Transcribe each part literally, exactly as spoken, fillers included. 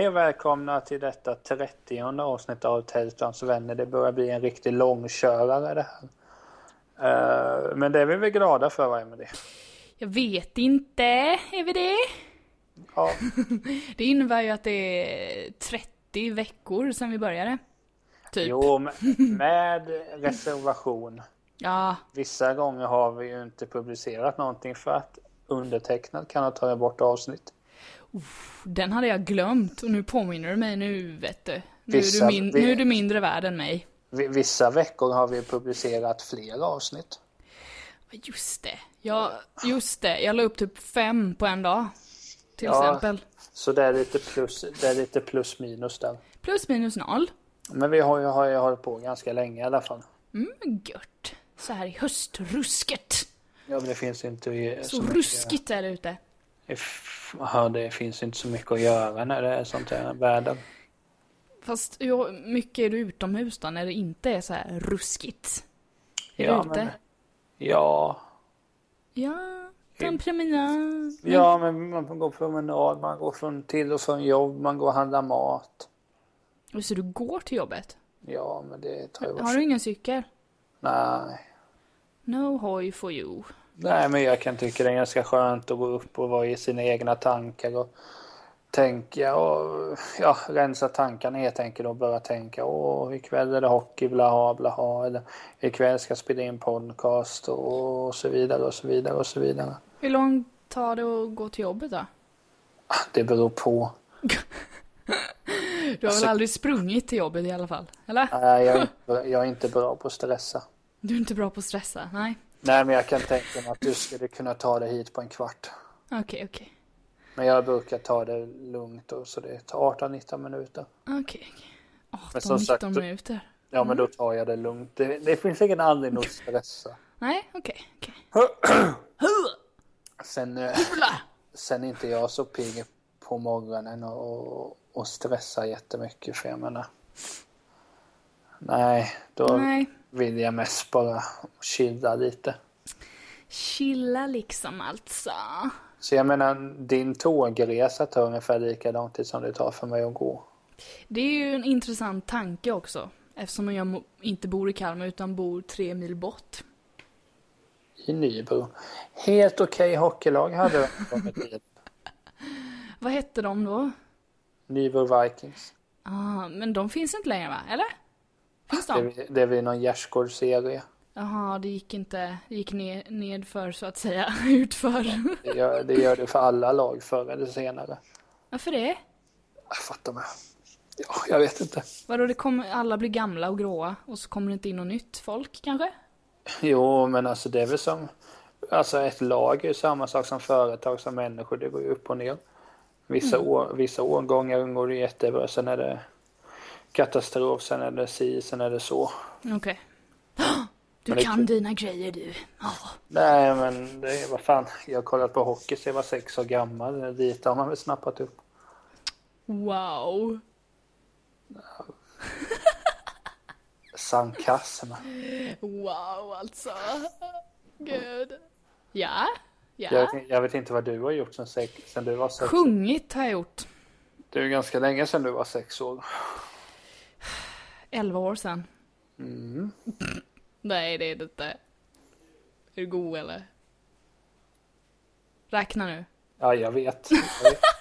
er välkomna till detta trettionde avsnitt av Tellströms vänner. Det börjar bli en riktig långkörare det här. Uh, men det är vi väl glada för, vad är med det? Jag vet inte, är vi det? Ja. Det innebär ju att det är trettio veckor sedan vi började. Typ. Jo, med, med reservation. Ja. Vissa gånger har vi ju inte publicerat någonting för att undertecknad kan ha tagit bort avsnitt. Uff, den hade jag glömt och nu påminner du mig nu, vet du. Nu, Vissa, är, du min, vi, nu är du mindre värd än mig. Vissa veckor har vi publicerat fler avsnitt. Just det. Jag, just det. Jag la upp typ fem på en dag. Till ja, exempel. Så det är lite plus, det är lite plus minus där. Plus minus noll. Men vi har ju, har ju hållit på ganska länge i alla fall. Mm, gött. Så här i höstrusket. Ja, men det finns inte så, så ruskigt är det ute. Ja, det finns inte så mycket att göra när det är sånt här väder. Fast hur mycket är du utomhus då när det inte är så här ruskigt? Är ja, du ute? Men, ja. Ja, ta en promenad. Ja, men man går promenad, man går från till och från jobb, man går och handlar mat. Så du går till jobbet? Ja, men det tar ju... Har du ingen cykel? Nej. No hoy for you. Nej, men jag kan tycka det är ganska skönt att gå upp och vara i sina egna tankar och tänka och ja, rensa tankarna helt enkelt och börja tänka åh, ikväll är det hockey, blaha, blaha, eller ikväll ska jag spela in podcast och så vidare och så vidare och så vidare. Hur långt tar det att gå till jobbet då? Det beror på. Du har alltså, väl aldrig sprungit till jobbet i alla fall, eller? Nej, jag är inte, jag är inte bra på att stressa. Du är inte bra på att stressa, nej. Nej, men jag kan tänka mig att du skulle kunna ta det hit på en kvart. Okej, okay, okej. Okay. Men jag brukar ta det lugnt och så det tar arton nitton minuter. Okej, okay, okay. arton nitton minuter. Ja, men då tar jag det lugnt. Det, det finns ingen anledning att stressa. Nej, okej, okay, okej. Okay. sen, sen är inte jag så pigg på morgonen och, och stressa jättemycket för jag menar. Nej, då Nej. vill jag mest bara chilla lite. Chilla liksom alltså. Så jag menar, din tågresa tar ungefär lika lång tid som det tar för mig att gå. Det är ju en intressant tanke också. Eftersom jag inte bor i Kalmar utan bor tre mil bort. I Nybro. Helt okej hockeylag hade de. Vad hette de då? Nybro Vikings. Ah, men de finns inte längre va? Eller? Finns de? Det, det är väl någon gärdsgårdsserie. Jaha, det gick inte, det gick ned, nedför så att säga, utför. Det gör, det gör det för alla lag förr eller senare. Varför det? Jag fattar mig. Ja, jag vet inte. Vadå, det kommer, alla blir gamla och gråa och så kommer det inte in något nytt folk kanske? Jo, men alltså det är väl som, alltså ett lag är samma sak som företag, som människor, det går ju upp och ner. Vissa, mm. år, vissa årgångar går det jättebra, sen är det katastrof, sen är det si, sen är det så. Okej. Okay. Du men kan det, dina grejer du. Oh. Nej, men det är vad fan. Jag har kollat på hockey så jag var sex år gammal. Dit har man väl snappat upp. Wow. Sarkasm. Wow, alltså. Gud. Ja, ja. Jag vet, jag vet inte vad du har gjort sen, sex, sen du var sex. Sjungit har jag gjort. Det är ganska länge sedan du var sex år. Elva år sedan. Mm. Nej, det är det inte. Är du god eller? Räkna nu. Ja, jag vet. Jag vet.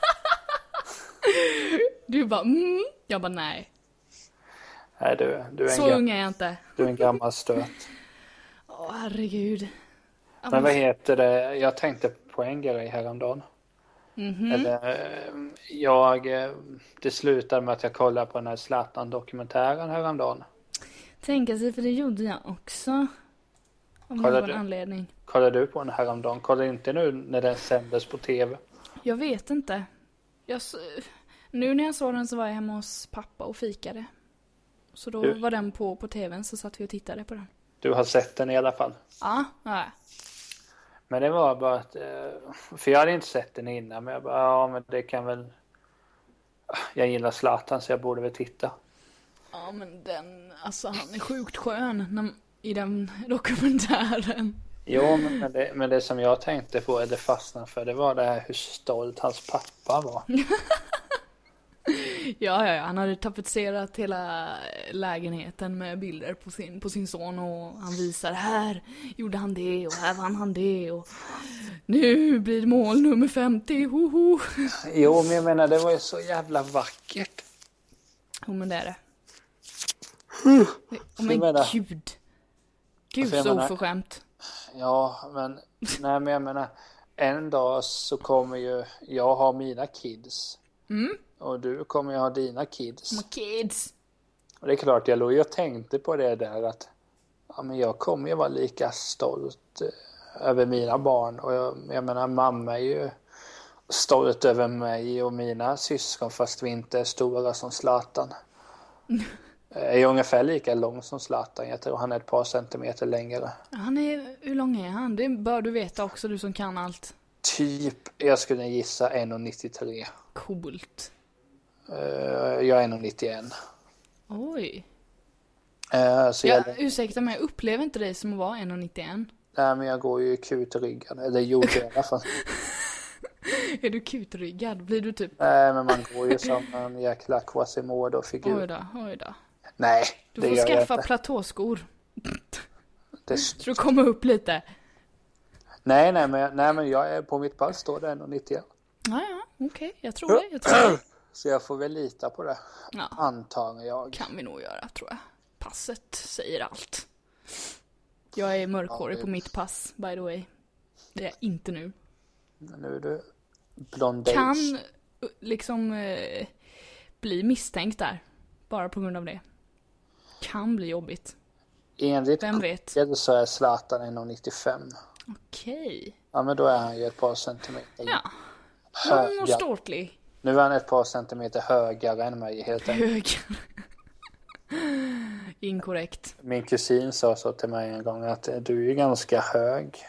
Du bara, mm. Jag bara, nej. Nej, du, du är så en ung är jag inte. Du är en gammal stöt. Åh, herregud. Men vad heter det? Jag tänkte på en grej häromdagen. Mm-hmm. Eller, jag, det slutade med att jag kollade på den här Zlatan-dokumentären häromdagen. Tänka sig, för det gjorde jag också. Om någon du, anledning. Kollade du på den häromdagen? Kollade inte nu när den sändes på tv? Jag vet inte. Jag, nu när jag såg den så var jag hemma hos pappa och fikade. Så då du, var den på på tvn, så satt vi och tittade på den. Du har sett den i alla fall? Ja, ja. Men det var bara att, för jag hade inte sett den innan, men jag bara, ja men det kan väl, jag gillar Zlatan så jag borde väl titta. Ja men den, alltså han är sjukt skön när, i den dokumentären. Jo men det, men det som jag tänkte på, eller fastnade för, det var det här hur stolt hans pappa var. Ja, ja, ja, han hade tapetserat hela lägenheten med bilder på sin, på sin son och han visar här gjorde han det och här vann han det och nu blir det mål nummer femtio, hoho. Jo, men jag menar, det var ju så jävla vackert. Jo, men det är det. Mm. Oh, men menar, gud. Gud, så menar, oförskämt. Ja, men nej, men jag menar, en dag så kommer ju jag ha mina kids. Mm. Och du kommer ju ha dina kids. My kids. Och det är klart, jag låg ju och tänkte på det där att ja, men jag kommer ju vara lika stolt över mina barn. Och jag, jag menar, mamma är ju stolt över mig och mina syskon fast vi inte är stora som Zlatan. Jag är ungefär lika lång som Zlatan. Jag tror han är ett par centimeter längre. Han är, hur lång är han? Det bör du veta också, du som kan allt. Typ, jag skulle gissa en komma nittiotre. Coolt. Uh, jag är en komma nittioen. Oj. Uh, så jag, jag... Ursäkta, men jag upplever inte dig som att vara en komma nittioen. Nej, men jag går ju kutryggad. Eller gjorde jag i alla fall. Är du kutryggad? Blir du typ... Nej, men man går ju som en jäkla Quasimodo-figur. Oj då, oj då. Nej, du det får gör skaffa jag inte. platåskor. Det... Så du kommer upp lite. Nej, nej, men, nej, men jag är på mitt pass står det en komma nittioen. Ja, ja, okej. Okay. Jag tror det, jag tror det. Så jag får väl lita på det. Ja. Antar jag. Kan vi nog göra, tror jag. Passet säger allt. Jag är mörkhårig ja, det... på mitt pass, by the way. Det är jag inte nu. Nu är du blondage. Kan liksom eh, bli misstänkt där. Bara på grund av det. Kan bli jobbigt. Enligt Vem vet? Så är Zlatan en komma nittiofem. Okej. Ja, men då är han ju ett par centimeter. Ja. Lång och ståtlig. Nu är han ett par centimeter högre än mig helt enkelt. Högre. Inkorrekt. Min kusin sa så till mig en gång att du är ganska hög.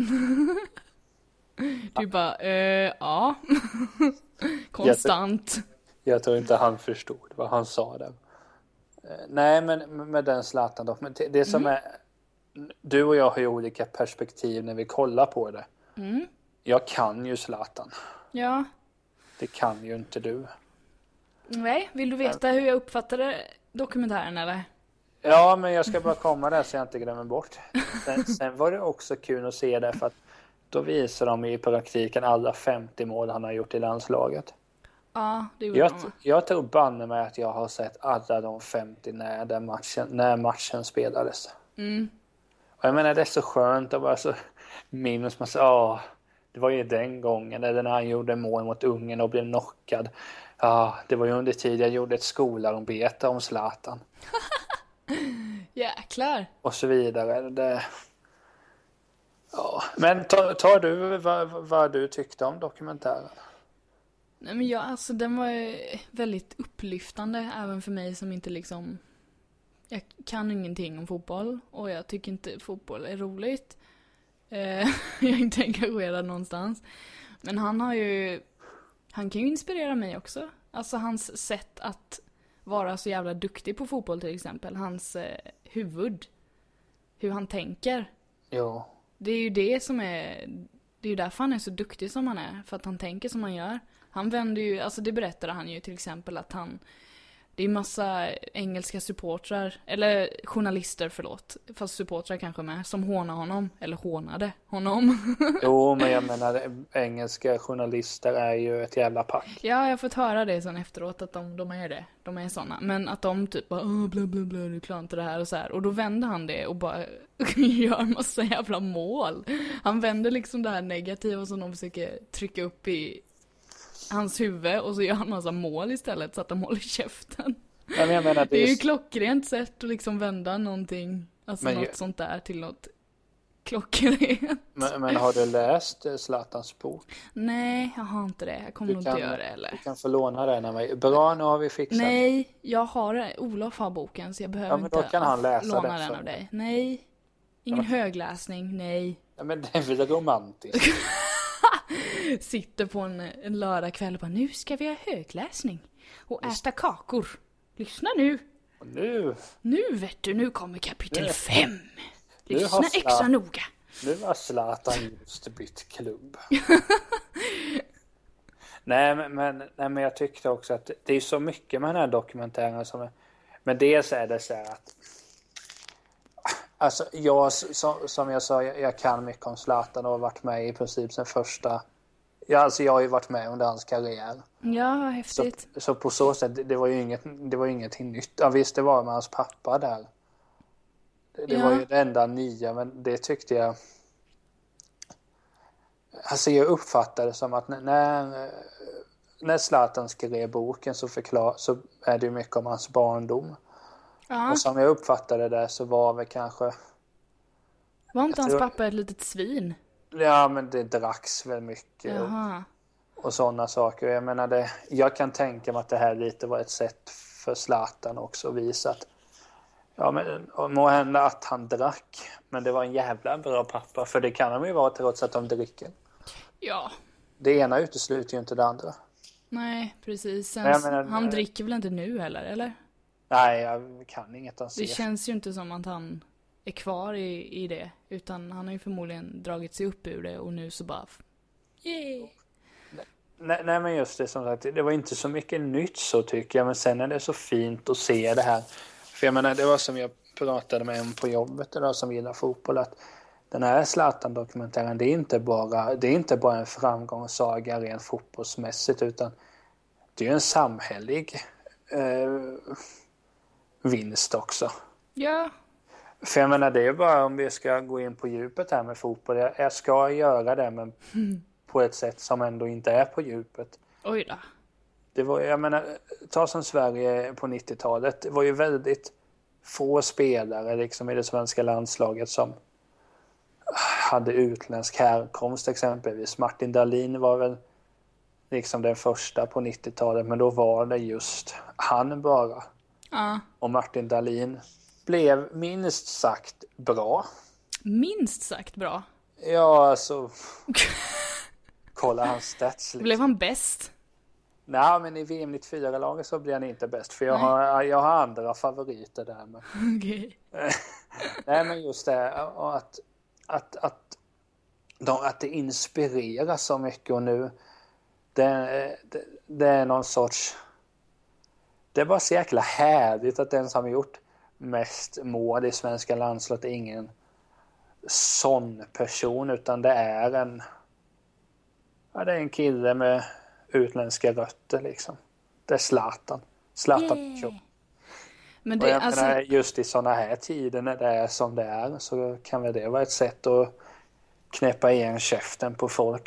Du bara, eh, ja. Konstant. Jag, jag tror inte han förstod vad han sa där. Nej, men med den Zlatan då. Men det som mm. är, du och jag har ju olika perspektiv när vi kollar på det. Mm. Jag kan ju Zlatan. Ja. Det kan ju inte du. Nej, vill du veta hur jag uppfattade dokumentären eller? Ja, men jag ska bara komma där så jag inte glömmer bort. Sen, sen var det också kul att se det för att då visar de i praktiken alla femtio mål han har gjort i landslaget. Ja, det gjorde jag, de. jag tror banne mig att jag har sett alla de femtio när, den matchen, när matchen spelades. Mm. Och jag menar, det är så skönt att bara så minus man säger, ja, det var ju den gången eller när han gjorde mål mot Ungern och blev knockad. Ja, det var ju under tid jag gjorde ett skolarbete om Zlatan. Jäklar. Och så vidare. Det... Ja. Men tar, tar du vad, vad du tyckte om dokumentären? Nej, men ja, alltså den var väldigt upplyftande även för mig som inte liksom... Jag kan ingenting om fotboll och jag tycker inte fotboll är roligt. Eh, jag är inte engagerad någonstans. Men han har ju... Han kan ju inspirera mig också. Alltså hans sätt att vara så jävla duktig på fotboll till exempel. Hans eh, huvud. Hur han tänker. Jo. Det är ju det som är... Det är ju därför han är så duktig som han är. För att han tänker som han gör. Han vänder ju... Alltså det berättade han ju till exempel att han... Det är massa engelska supportrar, eller journalister, förlåt, fast supportrar kanske med, som hånar honom, eller hånade honom. Jo, men jag menar, engelska journalister är ju ett jävla pack. Ja, jag har fått höra det sen efteråt, att de, de är det, de är såna. Men att de typ bara, åh, bla bla bla, du klarar inte det här och så här. Och då vänder han det och bara gör massa jävla mål. Han vänder liksom det här negativa som de försöker trycka upp i hans huvud och så gör han massa mål istället så att de håller käften. Ja, men jag menar, det, det är är ju klockrent sätt att liksom vända någonting, alltså men något ju... sånt där till något klockrent. Men, men har du läst Zlatans bok? Nej, jag har inte det. Jag kommer nog kan, inte göra det eller. Du kan få låna den av mig. Bra, nu har vi fixat. Nej, jag har det. Olof har boken så jag behöver ja, men då inte kan han läsa låna den den av dig. Nej, ingen ja. högläsning, nej. Ja, men det är väl romantiskt. Sitter på en, en lördagkväll och bara, nu ska vi ha högläsning och äta kakor. Lyssna nu. Och nu. Nu vet du, nu kommer kapitel fem. Nu Lyssna har Zlatan, extra noga. Nu har Zlatan just bytt klubb. Nej men, men, nej, men jag tyckte också att det är så mycket med den här dokumentären som är, men dels är det så här att alltså jag, som, som jag sa, jag, jag kan mycket om Zlatan och har varit med i princip sen första, ja, alltså jag har ju varit med under hans karriär. Ja, häftigt. Så, så på så sätt, det, det var ju inget, det var ju ingenting nytt. Ja, visst, det var med hans pappa där. Det, det Ja. var ju det enda nya, men det tyckte jag, alltså jag uppfattade som att när, när Zlatan skrev boken så förklar, så är det ju mycket om hans barndom. Ja. Och som jag uppfattade det så var väl kanske... Var inte hans tror, pappa ett litet svin? Ja, men det dracks väl mycket. Jaha. Och, och sådana saker. Jag menar det, jag kan tänka mig att det här lite var ett sätt för Zlatan också att visa att ja, men må hända att han drack, men det var en jävla bra pappa. För det kan de ju vara trots att de dricker. Ja. Det ena utesluter ju inte det andra. Nej, precis. Sen, Jag menar, han dricker väl inte nu heller, eller? Nej, jag kan inget om Det känns ju inte som att han är kvar i, i det. Utan han har ju förmodligen dragit sig upp ur det och nu så bara... Yay! Nej, nej men just det, som sagt, det var inte så mycket nytt så tycker jag. Men sen är det så fint att se det här. För jag menar, det var som jag pratade med en på jobbet idag som gillar fotboll. Att den här Zlatan-dokumentären, det är inte bara, det är inte bara en framgångssaga rent fotbollsmässigt. Utan det är en samhällig eh, vinst också. Ja. För jag menar, det är bara om vi ska gå in på djupet här med fotboll. Jag, jag ska göra det, men mm. på ett sätt som ändå inte är på djupet. Oj då. Det var, jag menar, ta som Sverige på nittiotalet. Det var ju väldigt få spelare liksom i det svenska landslaget som hade utländsk härkomst exempelvis. Martin Dahlin var väl liksom den första på nittiotalet, men då var det just han bara. Ja. Och Martin Dahlin blev minst sagt bra. Minst sagt bra? Ja, alltså... kolla hans stats. Liksom. Blev han bäst? Nej, men i V M nittiofyra-laget så blir han inte bäst. För jag har, jag har andra favoriter där. Men... Okej. Nej, men just det. Att, att, att, de, att det inspirerar så mycket. Och nu, det, det, det är någon sorts... Det är bara så jäkla härligt att den som har gjort mest mål i svenska landslaget är ingen sån person, utan det är en ja, det är en kille med utländska rötter liksom. Det är Zlatan. Zlatan. Yeah. Men det, och alltså... menar, just i såna här tider när det är som det är så kan väl det vara ett sätt att knäppa igen käften på folk.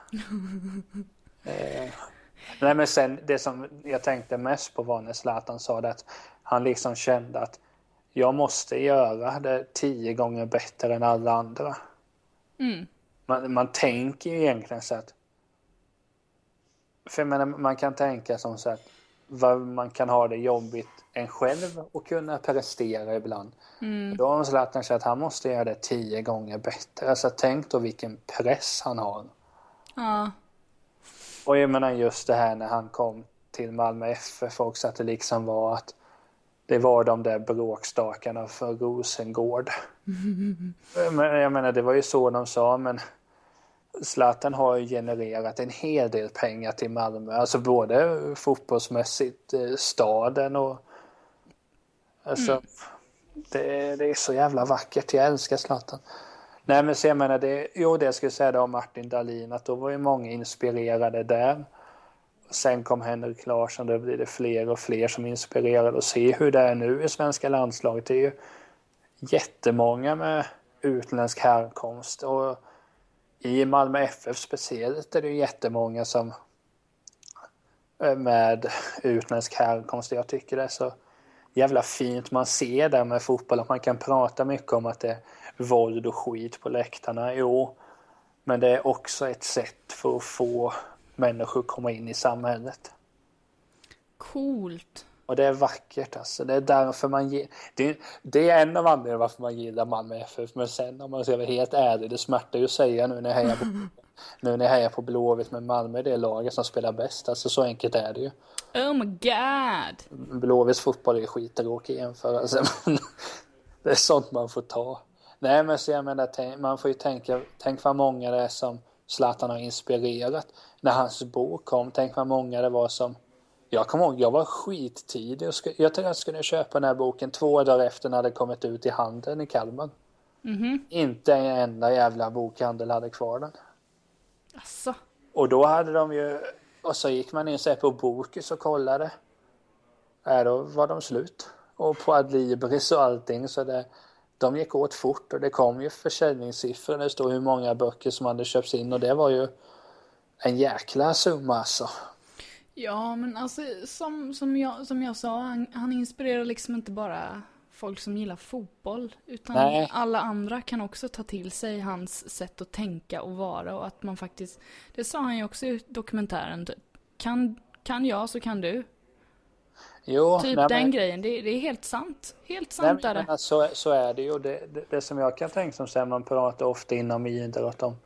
eh, nej men sen det som jag tänkte mest på var när Zlatan sa det, att han liksom kände att jag måste göra det tio gånger bättre än alla andra. Mm. Man, man tänker ju egentligen så att... För menar, man kan tänka som så att vad man kan ha det jobbigt en själv och kunna prestera ibland. Mm. Då har Zlatan sagt att han måste göra det tio gånger bättre. Alltså tänk då vilken press han har. Ja. Och jag menar just det här när han kom till Malmö F F också, att det liksom var att det var de där bråkstakarna för Rosengård. Mm. Men jag menar, det var ju så de sa, men Zlatan har ju genererat en hel del pengar till Malmö. Alltså både fotbollsmässigt, staden och... Alltså, mm. det, det är så jävla vackert. Jag älskar Zlatan. Nej, men så jag menar, det, jo, det ska jag säga då om Martin Dahlin, att då var ju många inspirerade där. Sen kom Henrik Larsson, då blir det fler och fler som är inspirerade och se hur det är nu i svenska landslaget. Det är ju jättemånga med utländsk härkomst, och i Malmö F F speciellt är det ju jättemånga som med utländsk härkomst. Jag tycker det är så jävla fint man ser där med fotboll, att man kan prata mycket om att det är våld och skit på läktarna. Jo, men det är också ett sätt för att få människor komma in i samhället. Coolt. Och det är vackert alltså. Det är därför man ge... det, det är en av anledningarna varför man gillar Malmö F F. Men sen om man ska vara helt ärlig, det smärtar ju att säga nu när jag hejar på, nu när jag hejar på Blåvitt, med Malmö är det laget som spelar bäst. Alltså så enkelt är det ju. Oh my god. Blåvitts fotboll är skittråkig jämförelse. Det är sånt man får ta. Nej, men så jag menar, tänk, man får ju tänka, tänk vad många det är som Zlatan har inspirerat. När hans bok kom, tänk vad många det var som... Jag kommer ihåg, jag var skittidig. Jag, skulle, jag tänkte att jag skulle köpa den här boken två dagar efter när det kommit ut i handeln i Kalmar. Mm-hmm. Inte en enda jävla bokhandel hade kvar den. Asså. Och då hade de ju... Och så gick man in sig på Bokus och kollade. Ja, då var de slut. Och på Adlibris och allting. Så det, de gick åt fort. Och det kom ju försäljningssiffror. Det stod hur många böcker som hade köpts in. Och det var ju en jäkla summa alltså. Ja, men alltså som, som, jag, som jag sa, han, han inspirerar liksom inte bara folk som gillar fotboll, utan Nej. alla andra kan också ta till sig hans sätt att tänka och vara, och att man faktiskt, det sa han ju också i dokumentären, kan, kan jag så kan du. Jo, typ nej, den men, grejen, det, det är helt sant. Helt sant nej, är det. men, så, så är det ju. Det, det, det som jag kan tänka som sen man pratar ofta inom idrott om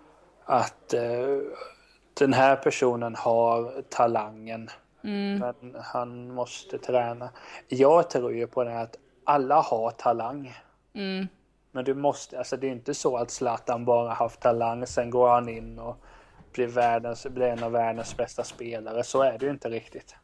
att eh, den här personen har talangen, Mm. men han måste träna. Jag tror ju på det att alla har talang. Mm. Men du måste, alltså det är inte så att Zlatan bara haft talang, sen går han in och blir, världens, blir en av världens bästa spelare. Så är det ju inte riktigt.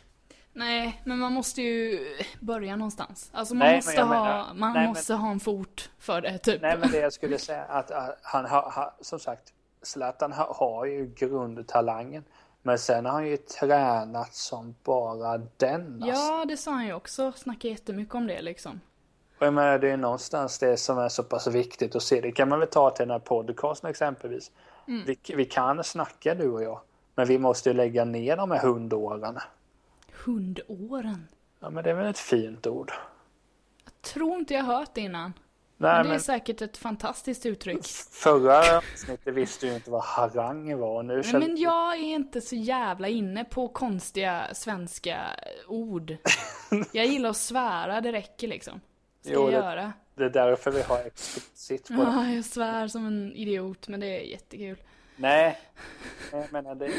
Nej, men man måste ju börja någonstans. Alltså man Nej, måste, men jag ha, menar- man nej, måste ha en fot för det, typ. Nej, men det jag skulle säga att, att han har, ha, som sagt, Zlatan har, har ju grundtalangen. Men sen har han ju tränat som bara den. Alltså. Ja, det sa han ju också. Snackar jättemycket om det liksom. Och jag menar, det är någonstans det som är så pass viktigt att se. Det kan man väl ta till den här podcasten exempelvis. Mm. Vi, vi kan snacka du och jag. Men vi måste ju lägga ner de här hundåren. Hundåren. Ja, men det är väl ett fint ord. Jag tror inte jag hört det innan. Nej, Men det är men säkert ett fantastiskt uttryck. förra avsnittet visste ju inte vad harang var. Nu Nej, känner- men jag är inte så jävla inne på konstiga svenska ord. Jag gillar att svära, det räcker liksom. Ska Jo, jag det- göra? Det är därför vi har explicit på det. Ja, jag svär som en idiot, men det är jättekul. Nej, jag menar det.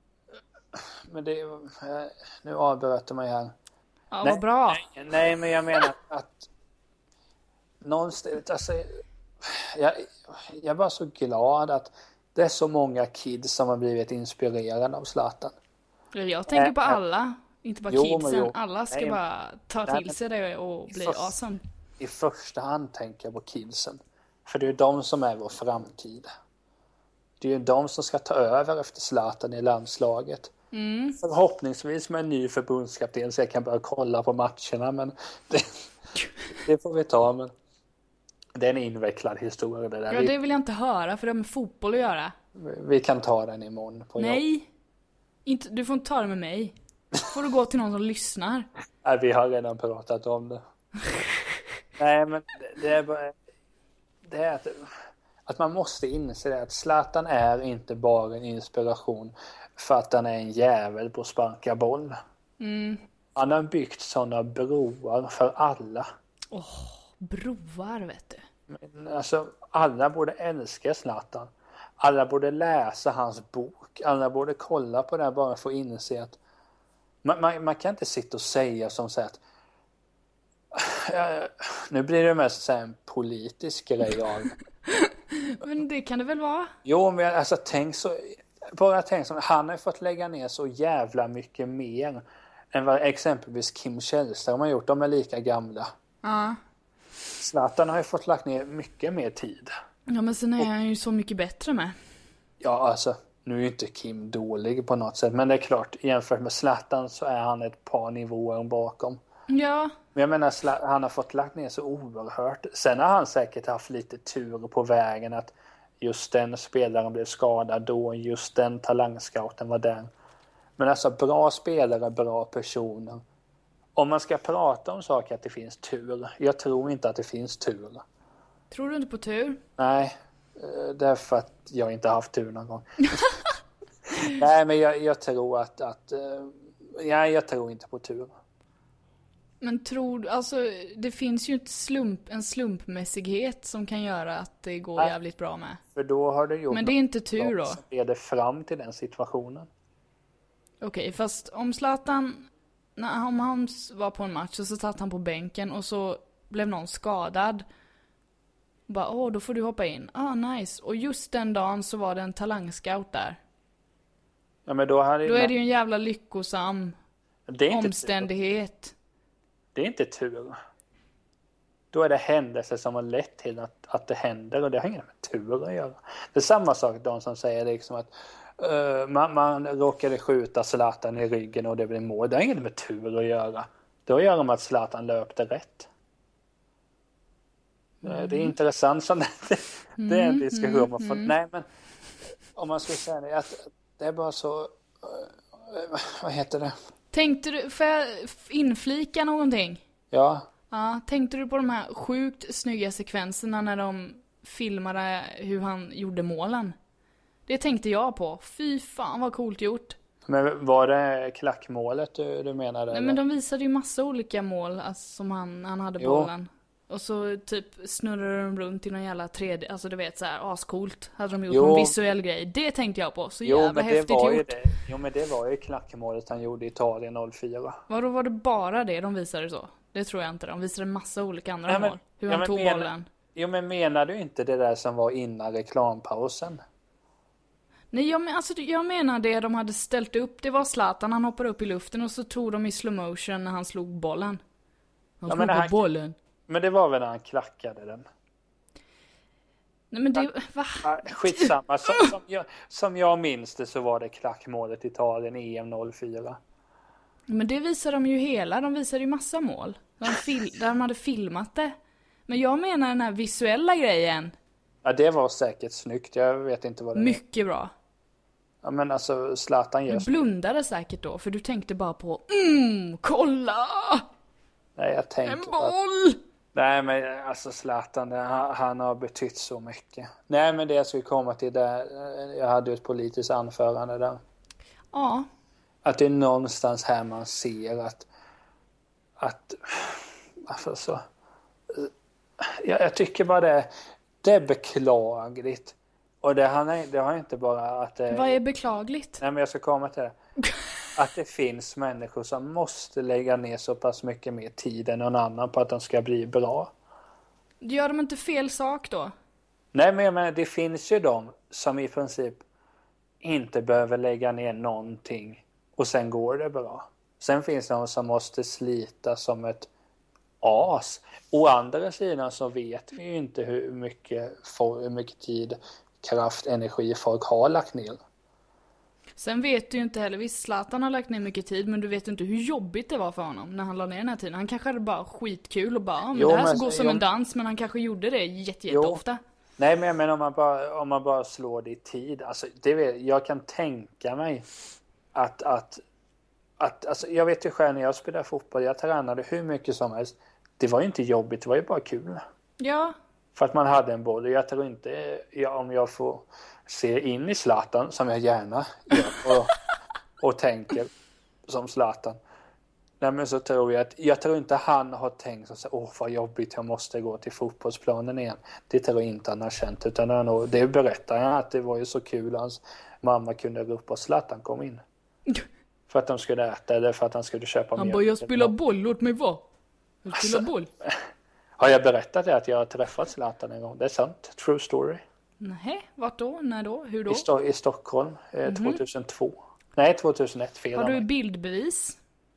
Men det nu avbröt jag mig här. Ja, Nej, vad bra. Nej, nej, men jag menar att någonstans, alltså, jag, jag är bara så glad att det är så många kids som har blivit inspirerade av Zlatan. Jag tänker på Äh, alla, inte bara jo, men kidsen. jo. Alla ska Nej, men- bara ta Nej, till men- sig det och bli Först- awesome. I första hand tänker jag på kidsen. För det är de som är vår framtid. Det är ju de som ska ta över efter Zlatan i landslaget. Mm. Förhoppningsvis med en ny förbundskapten så jag kan börja kolla på matcherna. Men det, det får vi ta. Men det är en invecklad historia det där. Ja, Vi, det vill jag inte höra, för det har med fotboll att göra. vi kan ta den imorgon på jobb. Nej, inte, du får inte ta det med mig. Får du gå till någon som lyssnar. Nej, vi har redan pratat om det. Nej, men det, det är bara... Det är att, att man måste inse det att Zlatan är inte bara en inspiration för att han är en jävel på att sparka boll. Mm. Han har byggt sådana broar för alla. Broar, vet du. Men alltså, alla borde älska Zlatan. Alla borde läsa hans bok. Alla borde kolla på det här bara för att inse att man, man, man kan inte sitta och säga som så att nu blir det mest så här en politisk grej av. Men det kan det väl vara? Jo, men alltså tänk så, bara tänk som, han har fått lägga ner så jävla mycket mer än vad exempelvis Kim Källström har gjort. De är lika gamla. Ja. Zlatan har ju fått lagt ner mycket mer tid. Ja, men sen är han ju så mycket bättre med. Ja, alltså, nu är ju inte Kim dålig på något sätt, men det är klart, jämfört med Zlatan så är han ett par nivåer bakom. Ja, Men jag menar, Zla- han har fått lagt ner så oerhört. Sen har han säkert haft lite tur på vägen att just den spelaren blev skadad då, just den talangscouten var där. Men alltså, bra spelare, bra personer. Om man ska prata om saker att det finns tur, jag tror inte att det finns tur. tror du inte på tur? Nej, eh, därför att jag inte har haft tur någon gång. Nej, men jag, jag tror att, att eh, ja, jag tror inte på tur. Men tror alltså det finns ju ett slump, en slumpmässighet som kan göra att det går Nej. jävligt bra med. För då har du gjort Men det är inte tur då. något som leder fram till den situationen. Okej, fast om Zlatan, när han, om han var på en match och så satt han på bänken och så blev någon skadad. Bara, åh, då får du hoppa in. Ah, nice. Och just den dagen så var det en talangscout där. Ja, men då, hade Då är det ju en jävla lyckosam det är inte omständighet. Tur. Det är inte tur. Då är det händelser som har lett till att, att det händer, och det har inget med tur att göra. Det är samma sak de som säger liksom att uh, man, man råkade skjuta Zlatan i ryggen och det blev mål. Det har inget med tur att göra. Det har att göra med att Zlatan löpte rätt. Mm. Det är intressant som det, det är en diskussion. Mm, mm, nej, men om man skulle säga det, att det är bara så, uh, vad heter det? Tänkte du, får jag inflika någonting? Ja. Ja, tänkte du på de här sjukt snygga sekvenserna när de filmade hur han gjorde målen? Det tänkte jag på. Fy fan vad coolt gjort. Men var det klackmålet du, du menade? Nej, eller? men de visade ju massa olika mål alltså, som han, han hade Jo. bollen. Och så typ snurrade de runt i någon jävla tre D, alltså du vet så här ascoolt hade de gjort, Jo. någon visuell grej. Det tänkte jag på, så Jo, jävla men det häftigt var gjort. ju det. Jo, men det var ju klackmålet han gjorde i Italien noll fyra. Vadå, var det bara det de visade så? Det tror jag inte. De visade massa olika andra Ja, men- mål. Hur ja, han men tog menar- bollen. Jo, men menar du inte det där som var innan reklampausen? Nej, jag, men, alltså, jag menar det de hade ställt upp. Det var Zlatan, han hoppade upp i luften och så tog de i slow motion när han slog bollen. Han Ja, slog men på han- bollen. Men det var väl när han klackade den? Nej, men det, va? Ah, skitsamma. Som, som, jag, som jag minns det så var det klackmålet i Italien i E M noll fyra. Men det visade de ju hela. De visade ju massa mål. De fil- där de hade filmat det. Men jag menar den här visuella grejen. Ja, det var säkert snyggt. Jag vet inte vad det var. Mycket bra. Ja, men alltså Zlatan gör Du blundade säkert då, för du tänkte bara på mm, kolla! Nej, jag En tänker att... boll! Nej, men alltså Zlatan, det- han, han har betytt så mycket. Nej, men det jag skulle komma till där, jag hade ju ett politiskt anförande där. Ja, Att det är någonstans här man ser att att alltså så jag, jag tycker bara det det är beklagligt. Och det, han är, det har inte bara att det, vad är beklagligt? nej, men jag ska komma till det. Att det finns människor som måste lägga ner så pass mycket mer tid än någon annan på att de ska bli bra. Gör de inte fel sak då? Nej, men jag menar, det finns ju de som i princip inte behöver lägga ner någonting och sen går det bra. Sen finns det de som måste slita som ett as. Å andra sidan så vet vi ju inte hur mycket, hur mycket tid, kraft, energi folk har lagt ner. Sen vet du ju inte heller, visst Zlatan har lagt ner mycket tid, men du vet inte hur jobbigt det var för honom när han la ner den här tiden. Han kanske hade bara skitkul och bara, ja, men Jo, det här men- går som jo. en dans, men han kanske gjorde det jätte, Jo. jätteofta. Nej, men jag menar om man bara, om man bara slår det i tid. Alltså, det vet, jag kan tänka mig att, att, att alltså, jag vet ju själv när jag spelade fotboll, jag tränade hur mycket som helst. Det var ju inte jobbigt, det var ju bara kul. Ja, För att man hade en boll. Och jag tror inte, ja, om jag får se in i Zlatan, som jag gärna gör, och, och tänker som Zlatan. Nej, men så tror jag att, jag tror inte han har tänkt så att åh vad jobbigt, jag måste gå till fotbollsplanen igen. Det tror jag inte han har känt, utan han har, det berättar jag att det var ju så kul, hans mamma kunde ropa och Zlatan kom in. För att de skulle äta eller för att han skulle köpa han mjölk. bara, jag spelar boll, låt mig vara. Jag spelar Alltså, boll. Har jag berättat det att jag har träffat Zlatan en gång? Det är sant, true story. Nej, vart då? När då? Hur då? I, Sto- i Stockholm eh, tjugohundratvå. Nej, tjugohundraett, fel Har av du mig. bildbevis?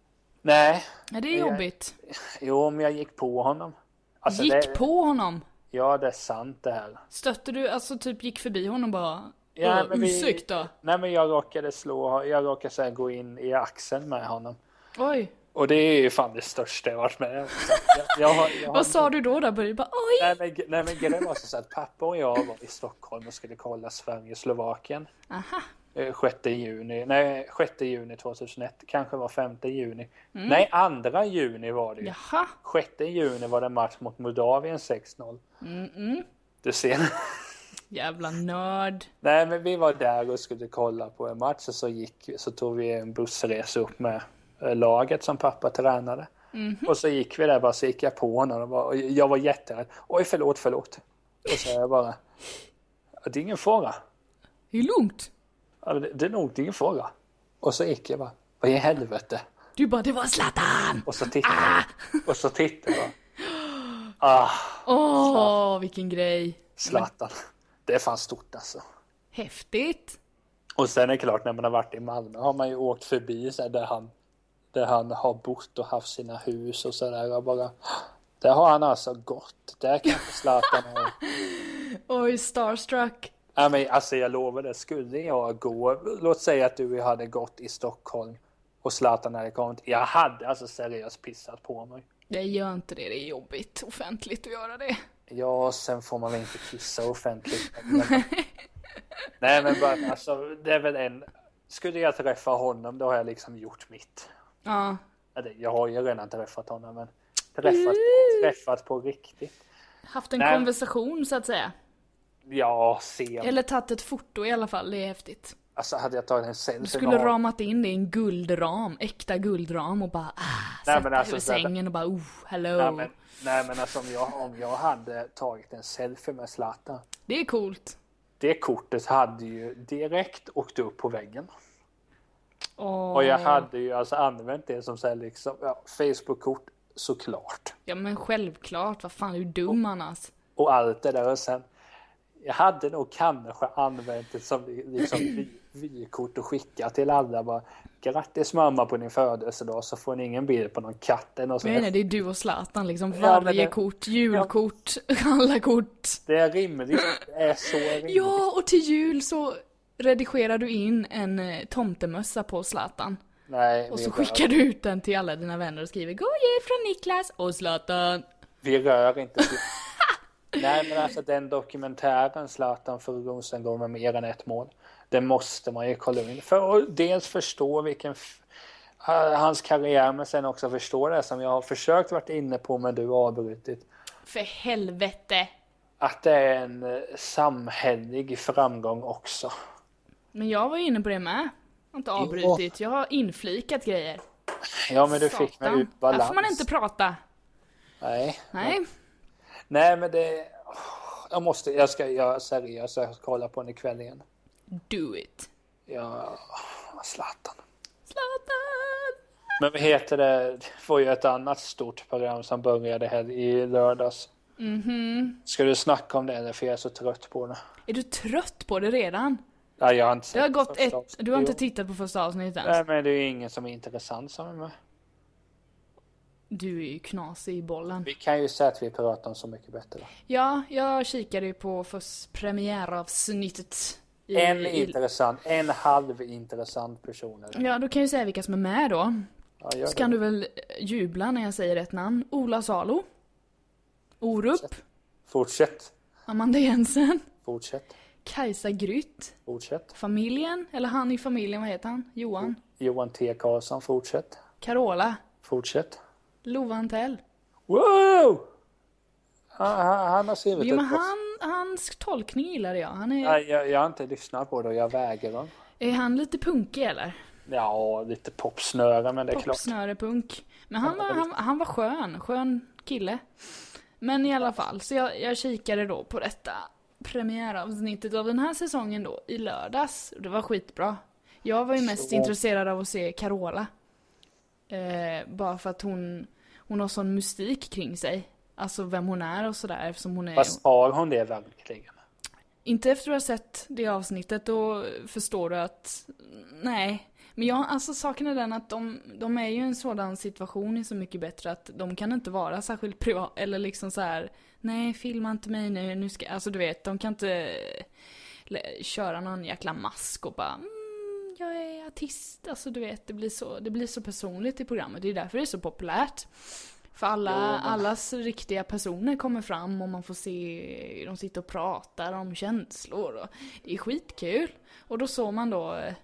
Nej, Ja, det är Jag- jobbigt. jo, men jag gick på honom. Alltså, Gick det, på honom? Ja, det är sant det här. Stötte du, alltså typ gick förbi honom bara? Ja, "Åh, men vi- ursäkta. Nej, men jag råkade slå, jag råkade så här gå in i axeln med honom. Oj, Och det är ju fan det största jag varit med om. Så jag, jag har, jag har, vad sa du då där? Började bara, oj! Nej, men, nej, men grejen var så att pappa och jag var i Stockholm och skulle kolla Sverige-Slovakien. Aha. Eh, sjätte juni, nej sjätte juni tjugohundraett, kanske var femte juni. Mm. Nej, andra juni var det ju. Jaha. sjätte juni var det match mot Moldavien sex noll. Mm -mm. Du ser. Jävla nörd. Nej, men vi var där och skulle kolla på en match och så gick så tog vi en bussresa upp med eh, laget som pappa tränade. Mhm. Och så gick vi där bara, så gick jag på honom och, bara, och jag var jätterädd. Oj, förlåt, förlåt. Och så jag bara, det är ingen fara. Det är lugnt. Ja, Det, det är nog det är ingen fara. Och så gick jag bara, vad i helvete? Du bara, det var Zlatan! Och så tittade jag. Och så tittade jag. Ah, Åh, vilken grej. Zlatan. Det är fan stort alltså. Häftigt. Och sen är det klart, när man har varit i Malmö har man ju åkt förbi så här, där, han, där han har bott och haft sina hus och sådär. Bara, där har han alltså gått. Där kanske Zlatan har... Oj, starstruck. Ja, men, alltså jag lovar det. Skulle jag gå... Låt säga att du hade gått i Stockholm och Zlatan hade kommit. Jag hade alltså seriöst pissat på mig. Jag gör inte det. Det är jobbigt offentligt att göra det. Ja, sen får man väl inte kissa offentligt. Nej, men bara, alltså, det är väl en... Skulle jag träffa honom, då har jag liksom gjort mitt. Ja. Jag har ju redan träffat honom, men träffat, träffat på riktigt. Haft en Nej. konversation, så att säga. Ja, se. Eller tagit ett foto i alla fall, det är häftigt. Alltså, hade jag tagit en selfie... Du skulle ramat in det i en guldram, äkta guldram och bara ah, Nej, sätta men alltså, över sängen och bara oh, hello. Nej, men, nej, men alltså om jag, om jag hade tagit en selfie med Zlatan. Det är coolt. Det kortet hade ju direkt åkt upp på väggen. Åh. Och jag hade ju alltså använt det som så här liksom, ja, Facebook-kort såklart. Ja, men självklart, vad fan är du dum annars? Och allt det där och sen. Jag hade nog kanske använt det som liksom vy- vykort och skicka till alla bara. Grattis mamma på din födelsedag, så får ni ingen bild på någon katt eller något sånt. Nej, nej, det är du och Zlatan liksom. Ja, Varje det- kort, julkort, alla kort. Det är rimligt. Det är så rimligt. Ja, och till jul så redigerar du in en eh, tomtemössa på Zlatan. Nej, Och vi så rör- skickar du ut den till alla dina vänner och skriver God jul från Niklas och Zlatan. Vi rör inte till. Nej, men alltså den dokumentären Zlatan för Rosengård med mer än ett mål. Det måste man ju kolla in. För att dels förstå vilken f- hans karriär, men sen också förstå det som jag har försökt varit inne på, men du har avbrutit. För helvete. Att det är en eh, samhällelig framgång också. Men jag var ju inne på det med. Jag har inte avbrutit. Jag har inflikat grejer. Ja, men du fick mig Satan. ut balans. Här får man inte prata. Nej. Nej. Nej, men det... Jag måste, jag ska göra seriöst, jag ska kolla på den ikväll igen. Do it. Ja, Zlatan. Zlatan. Men vad heter det? Det var ju ett annat stort program som började här i lördags. Mhm. Ska du snacka om det eller? För jag är så trött på det. Är du trött på det redan? Ja, jag har inte Det har sett gått första ett... avsnittet. Du har inte Jo. tittat på första avsnittet ens. Nej, men det är ju ingen som är intressant som är med. Du är ju knasig i bollen. Vi kan ju säga att vi pratar om Så mycket bättre. Ja, jag kikade ju på först premiäravsnittet. I, En i, intressant, en halv intressant person är det. Ja, då kan jag ju säga vilka som är med då. Ja, gör Så kan det. du väl jubla när jag säger rätt namn. Ola Salo. Orup. Fortsätt. Amanda Jensen. Fortsätt. Kajsa Grytt. Fortsätt. Familjen. Eller han i familjen, vad heter han? Johan. Johan T. Karlsson, fortsätt. Carola. Fortsätt. Lova Antell. Wow! Han, han, han har skrivit Jo, men ett gott- han, hans tolkning gillade jag. Han är, Nej, jag, jag har inte lyssnat på det och jag vägrar. är han lite punkig eller? Ja, lite popsnöre, men det är klart. Popsnörepunk. Men han var, han, han var skön. Skön kille. Men i alla fall, så jag, jag kikade då på detta premiäravsnittet av den här säsongen då i lördags. Det var skitbra. Jag var ju mest Så. intresserad av att se Carola. Eh, bara för att hon, hon har sån mystik kring sig. Alltså vem hon är och sådär, eftersom hon är... Fast har hon det verkligen? Inte efter att ha sett det avsnittet, då förstår du att nej. Men jag, alltså saken är den att de, de är ju i en sådan situation i Så mycket bättre att de kan inte vara särskilt privat eller liksom så här. Nej, filma inte mig nu, nu ska, alltså du vet, de kan inte le, köra någon jäkla mask och bara mm, jag är artist, alltså du vet, det blir så, det blir så personligt i programmet, det är därför det är så populärt. För alla, Jo, men- allas riktiga personer kommer fram och man får se, de sitter och pratar om känslor och det är skitkul. Och då såg man då eh,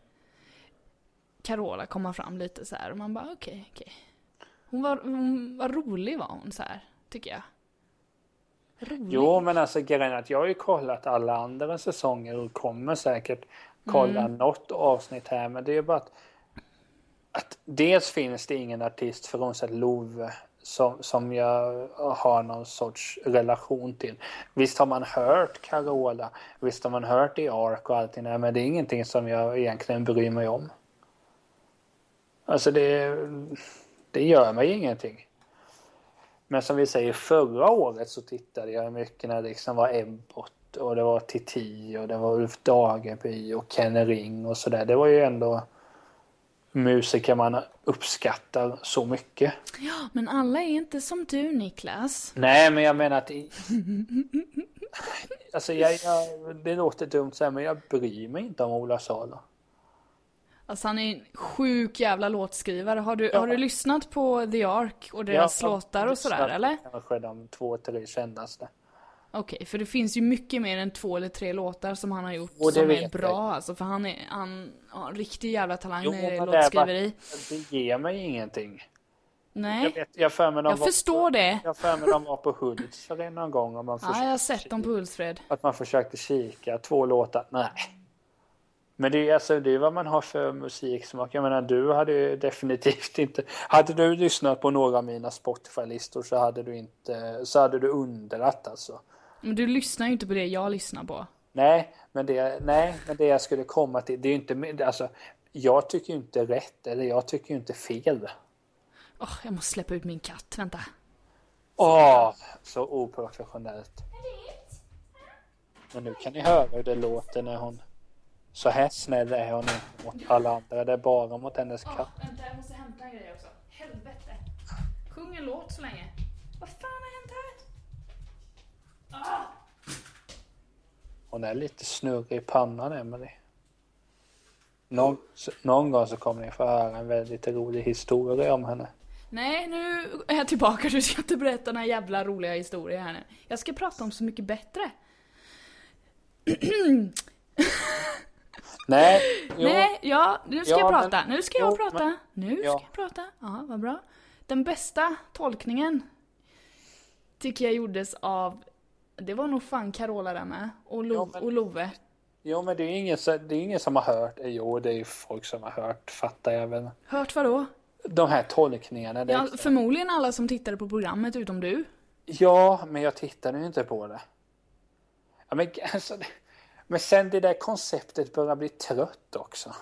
Carola komma fram lite så här och man bara okej, okay, okej. Okay. Hon var, hon var rolig var hon så här, tycker jag. Rolig. Jo, men alltså grejen är att jag har ju kollat alla andra säsonger och kommer säkert kolla Mm. något avsnitt här, men det är ju bara att, att dels finns det ingen artist frånsett Love som, som jag har någon sorts relation till. Visst har man hört Carola, visst har man hört i Ark och allting där, men det är ingenting som jag egentligen bryr mig om. Alltså det, det gör mig ingenting. Men som vi säger, förra året så tittade jag mycket när det liksom var Ebbot och det var Titi och det var Ulf Dageby och Ken Ring och sådär. Det var ju ändå musiker man uppskattar så mycket. Ja, men alla är inte som du, Niklas. Nej, men jag menar att i... alltså jag, jag, det låter dumt så här, men jag bryr mig inte om Ola Salo. Alltså han är en sjuk jävla låtskrivare. Har du, Ja. har du lyssnat på The Ark och deras Ja, låtar och sådär, eller? Kanske de två, tre kändaste. Okej, okay, för det finns ju mycket mer än två eller tre låtar som han har gjort Och det som är vet bra. jag. Alltså, för han är han har en riktig jävla talang Jo, när det är men det är låtskriveri. bara- Det ger mig ingenting. Nej, Jag, vet, jag, för mig de jag var, förstår det. Jag för mig de var på Hultsfred någon gång. Och man Ja, jag har försökte sett dem på Hultsfred. Att man försökte kika. Två låtar. Nej. Men det är, alltså, det är vad man har för musiksmak. Jag menar, du hade ju definitivt inte... Hade du lyssnat på några av mina Spotify-listor så hade du inte... Så hade du undrat alltså. Men du lyssnar ju inte på det jag lyssnar på. Nej, men det, nej, men det jag skulle komma till... Det är ju inte... Alltså, jag tycker ju inte rätt. Eller jag tycker ju inte fel. Åh, oh, jag måste släppa ut min katt. Vänta. Åh, så oprofessionellt. Men nu kan ni höra hur det låter när hon... Så här snäll är hon inte mot alla andra. Det är bara mot hennes katt. Oh, vänta, jag måste hämta en grej också. Helvete. Sjung en låt så länge. Vad fan har hänt här? Ah! Hon är lite snurrig i pannan, Emily. Någon, någon gång så kommer ni få höra en väldigt rolig historia om henne. Nej, nu är jag tillbaka. Du ska inte berätta några jävla roliga historier här nu. Jag ska prata om Så mycket bättre. Nej, jo. Nej, ja, nu ska Ja, jag prata. men- Nu ska jag jo, prata. men- Nu ska ja. jag prata. Ja, vad bra. Den bästa tolkningen tycker jag gjordes av, det var nog fan Carola där med. Och, Lo- Ja, men- och Love. Jo, men det är ingen, så- det är ingen som har hört. Jo, det är ju folk som har hört, fattar jag väl. Hört vad då? De här tolkningarna. Det är Ja, liksom- förmodligen alla som tittade på programmet utom du. Ja, men jag tittade ju inte på det. Ja, men, alltså, det- men sen det där konceptet börjar bli trött också.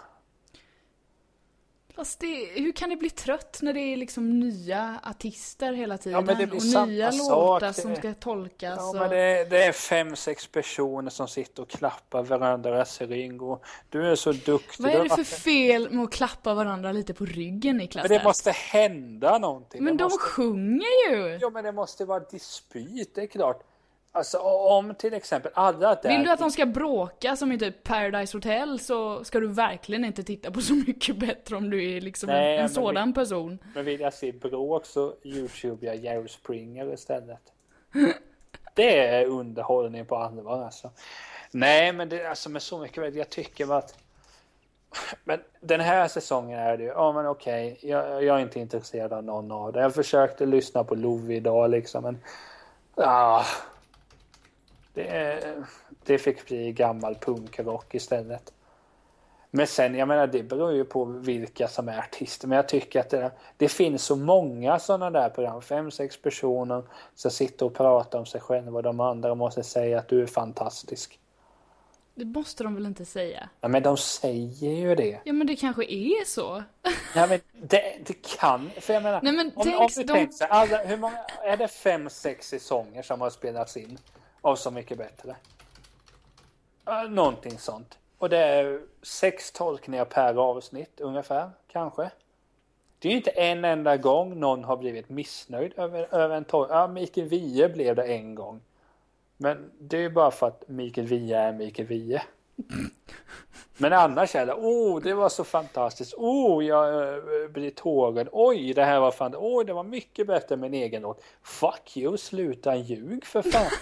Fast det, hur kan det bli trött när det är liksom nya artister hela tiden? Ja, men det blir och samma nya sak, låtar det- som ska tolkas. Ja, och... men det, det är fem, sex personer som sitter och klappar varandras rygg och du är så duktig. Vad är Du det har för varit- fel med att klappa varandra lite på ryggen, Niklas? Men det måste hända någonting. Men det de måste... sjunger ju! Ja, men det måste vara dispyt, det är klart. Alltså om till exempel alla där... Vill du att de ska bråka som i typ Paradise Hotel, så ska du verkligen inte titta på Så mycket bättre om du är liksom Nej, en, en men sådan vi- person. Men vill jag se bråk så YouTube jag Jerry Springer istället. Det är underhållning på allvar alltså. Nej, men det alltså med så mycket, jag tycker att men den här säsongen är det ju, ja men okej, jag, jag är inte intresserad av någon av det. Jag försökte lyssna på Love idag liksom, men ah, det, det fick bli gammal punkrock istället. Men sen, jag menar, det beror ju på vilka som är artister. Men jag tycker att det, det finns så många sådana där program. Fem, sex personer som sitter och pratar om sig själva och de andra måste säga att du är fantastisk. Det måste de väl inte säga? Ja, men de säger ju det. Ja, men det kanske är så. Ja, men det, det kan, för jag menar, Nej, men om, tänk, om du de... tänker så här, alla, hur många, är det fem, sex säsonger som har spelats in av Så mycket bättre? Ja, någonting sånt. Och det är sex tolkningar per avsnitt ungefär, kanske. Det är ju inte en enda gång någon har blivit missnöjd över, över en tolkning. Ja, Mikael Wiehe blev det en gång. Men det är ju bara för att Mikael Wiehe är Mikael Wiehe. Men annars är det, oh, det var så fantastiskt. Oh, jag äh, blir tårad. Oj, det här var fan, oj, det var mycket bättre med en egen låt. Fuck you, sluta ljug för fan.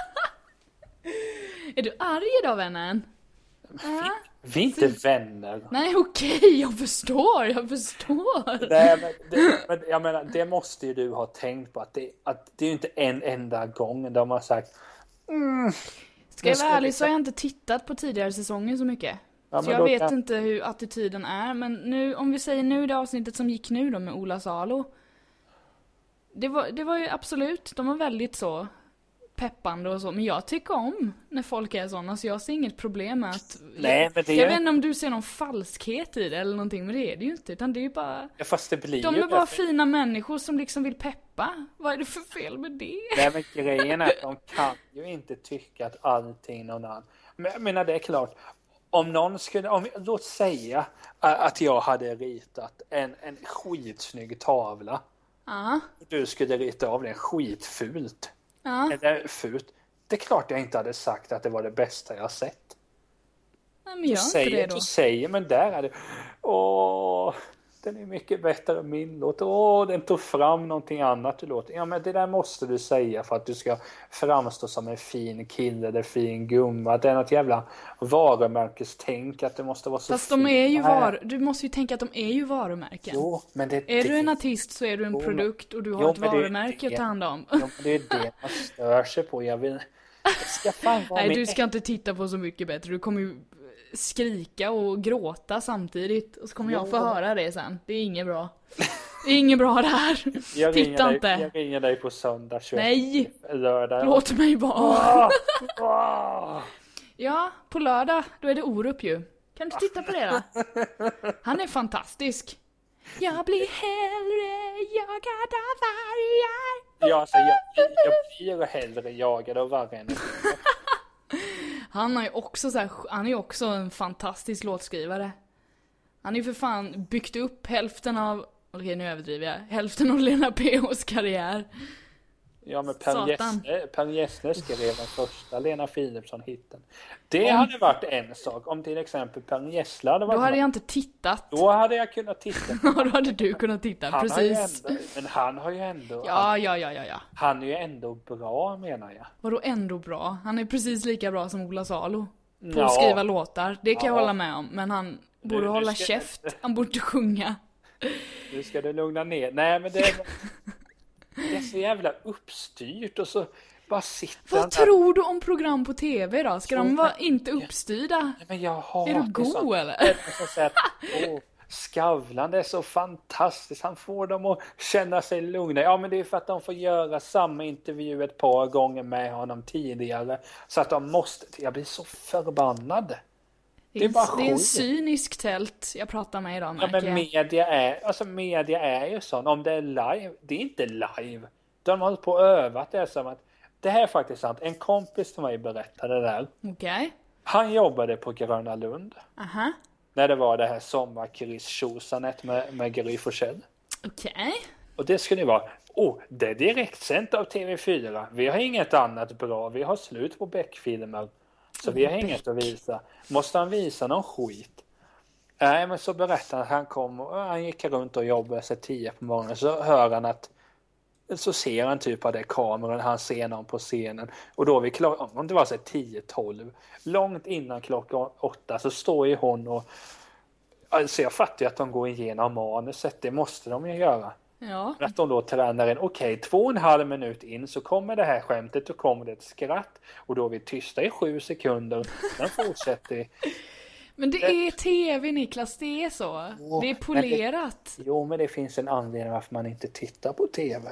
Är du arg idag, vännen? Vi, vi är inte vänner. Nej, okej, jag förstår, jag förstår. Nej, men, det, men jag menar, det måste ju du ha tänkt på. Att det, att det är ju inte en enda gång de har sagt mm, Ska jag ska vara vi ärlig så ta- har jag inte tittat på tidigare säsonger så mycket. Ja, så men jag då vet kan- inte hur attityden är. Men nu, om vi säger nu det avsnittet som gick nu då med Ola Salo. Det var, det var ju absolut, de var väldigt så peppande och så. Men jag tycker om när folk är sådana, så jag ser inget problem med att... Nej, men det jag är... vet inte om du ser någon falskhet i det eller någonting, men det är det ju inte. Utan det är ju bara... Ja, fast det blir de ju är bara därför... fina människor som liksom vill peppa. Vad är det för fel med det? Nej, men grejen är att de kan ju inte tycka att allting någon annan... Men jag menar, det är klart. Om någon skulle... Om, låt säga att jag hade ritat en, en skitsnygg tavla. Ja. Du skulle rita av den skitfult. Ja. Eller fult. Det är klart jag inte hade sagt att det var det bästa jag sett. Nej, men gör inte säger, det då. Du säger, men där är det... Åh, den är mycket bättre än min låt. Åh, den tog fram någonting annat du låter. Ja, men det där måste du säga för att du ska framstå som en fin kille eller fin gumma. Det är något jävla varumärkestänk att det måste vara så Fast fint. de är ju var... Du måste ju tänka att de är ju varumärken. Jo, men det, Är det, du en artist så är du en jo, produkt och du har jo, ett men det är varumärke det. att ta hand om. Jo, men det är det man stör sig på. Jag vill... Jag ska fan vara Nej, med. du ska inte titta på så mycket bättre. Du kommer ju skrika och gråta samtidigt. Och så kommer Jo. jag få höra det sen. Det är inget bra. Det är inget bra det här. Jag Titta ringer inte. Dig, jag ringer dig på söndag tjugoett. Nej. Lördag. Låt mig vara. Ah, ah. Ja, på lördag, då är det Orup ju. Kan du titta på det då? Han är fantastisk. Jag blir hellre jagad av vargar. Ja, alltså, jag, jag blir hellre jagad av vargen. Han har ju också så här, han är ju också en fantastisk låtskrivare. Han är ju för fan byggt upp hälften av, okej nu överdriver jag, hälften av Lena P H:s karriär. Ja, men Per Satan. Gessle, Per Gessle skrev den första Lena Philipsson-hitten. Det Om- hade varit en sak. Om till exempel Per Gessle hade varit Då hade med, jag inte tittat. då hade jag kunnat titta. Ja, då hade du kunnat titta, Han har ju precis. ändå, men han har ju ändå... Han, Ja, ja, ja, ja, ja. han är ju ändå bra, menar jag. Vadå ändå bra? Han är precis lika bra som Ola Salo på Ja. att skriva låtar. Det kan jag Ja. hålla med om. Men han borde du hålla ska- käft. Han borde inte sjunga. Nu ska du lugna ner. Nej, men det är, det är så jävla uppstyrt och så bara sitter han Vad där. tror du om program på tv då? Ska de Jo, vara men- inte uppstyrda? Nej, men jag hatar Är du god, sånt. eller? Det är som säger att, åh, Skavlan, det är så fantastiskt. Han får dem att känna sig lugna. Ja, men det är för att de får göra samma intervju ett par gånger med honom tidigare. Så att de måste... Jag blir så förbannad. Det Det är är, bara det är en skit. cynisk tält jag pratar med idag, Ja, märker men jag. media är, alltså media är ju sån. Om det är live, det är inte live. De har hållit på och övat det som att... Det här är faktiskt sant. En kompis till mig berättade det där. Okej. Han jobbade på Gröna Lund. Aha. När det var det här sommarkryss-tjosanet med, med Gry Forssell. Okej. Och det skulle ju vara, oh, det är direktsänt av T V fyra. Vi har inget annat bra. Vi har slut på Beck-filmer. Så vi har Beck. inget att visa. Måste han visa någon skit? Nej, men så berättade han att han kom och han gick runt och jobbade sig tio på morgonen. Så hör han att, så ser han typ av det kameran, han ser någon på scenen. Och då är vi klara, om det var så tio tolv, långt innan klockan åtta så står ju hon och, alltså jag fattar ju att de går igenom manuset, det måste de ju göra. Ja. Att de då tränar en, okej, okay, två och en halv minut in så kommer det här skämtet och kommer det ett skratt. Och då är vi tysta i sju sekunder. Sen fortsätter. Men det är tv, Niklas, det är så. Jo, Det är polerat. Men det, jo, men det finns en anledning varför man inte tittar på tv.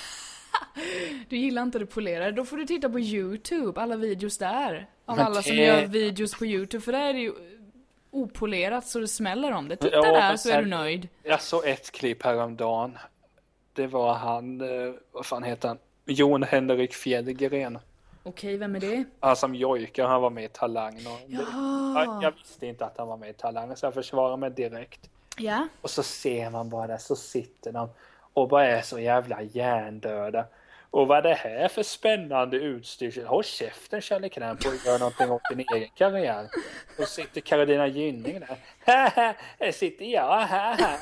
Du gillar inte det polerade. Då får du titta på YouTube, alla videos där. Av Men alla som det- gör videos på YouTube. För där är det ju opolerat så det smäller om det. Titta Ja, där men så är sen- du nöjd. Jag såg ett klipp häromdagen. Det var han, eh, vad fan heter han? Jon Henrik Fjällgren. Okej, vem är det? Han som jojkar, han var med i Talang. Och det, Jaha. jag, jag visste inte att han var med i Talang så jag försvarar mig direkt. Ja. Och så ser man bara där, så sitter de och bara är så jävla hjärndöda. Och vad är det här för spännande utstyrsel? Håll käften, Kjell Knäpp, och gör någonting åt din egen karriär. Och sitter Carolina Gynning där. Haha, här sitter jag, haha.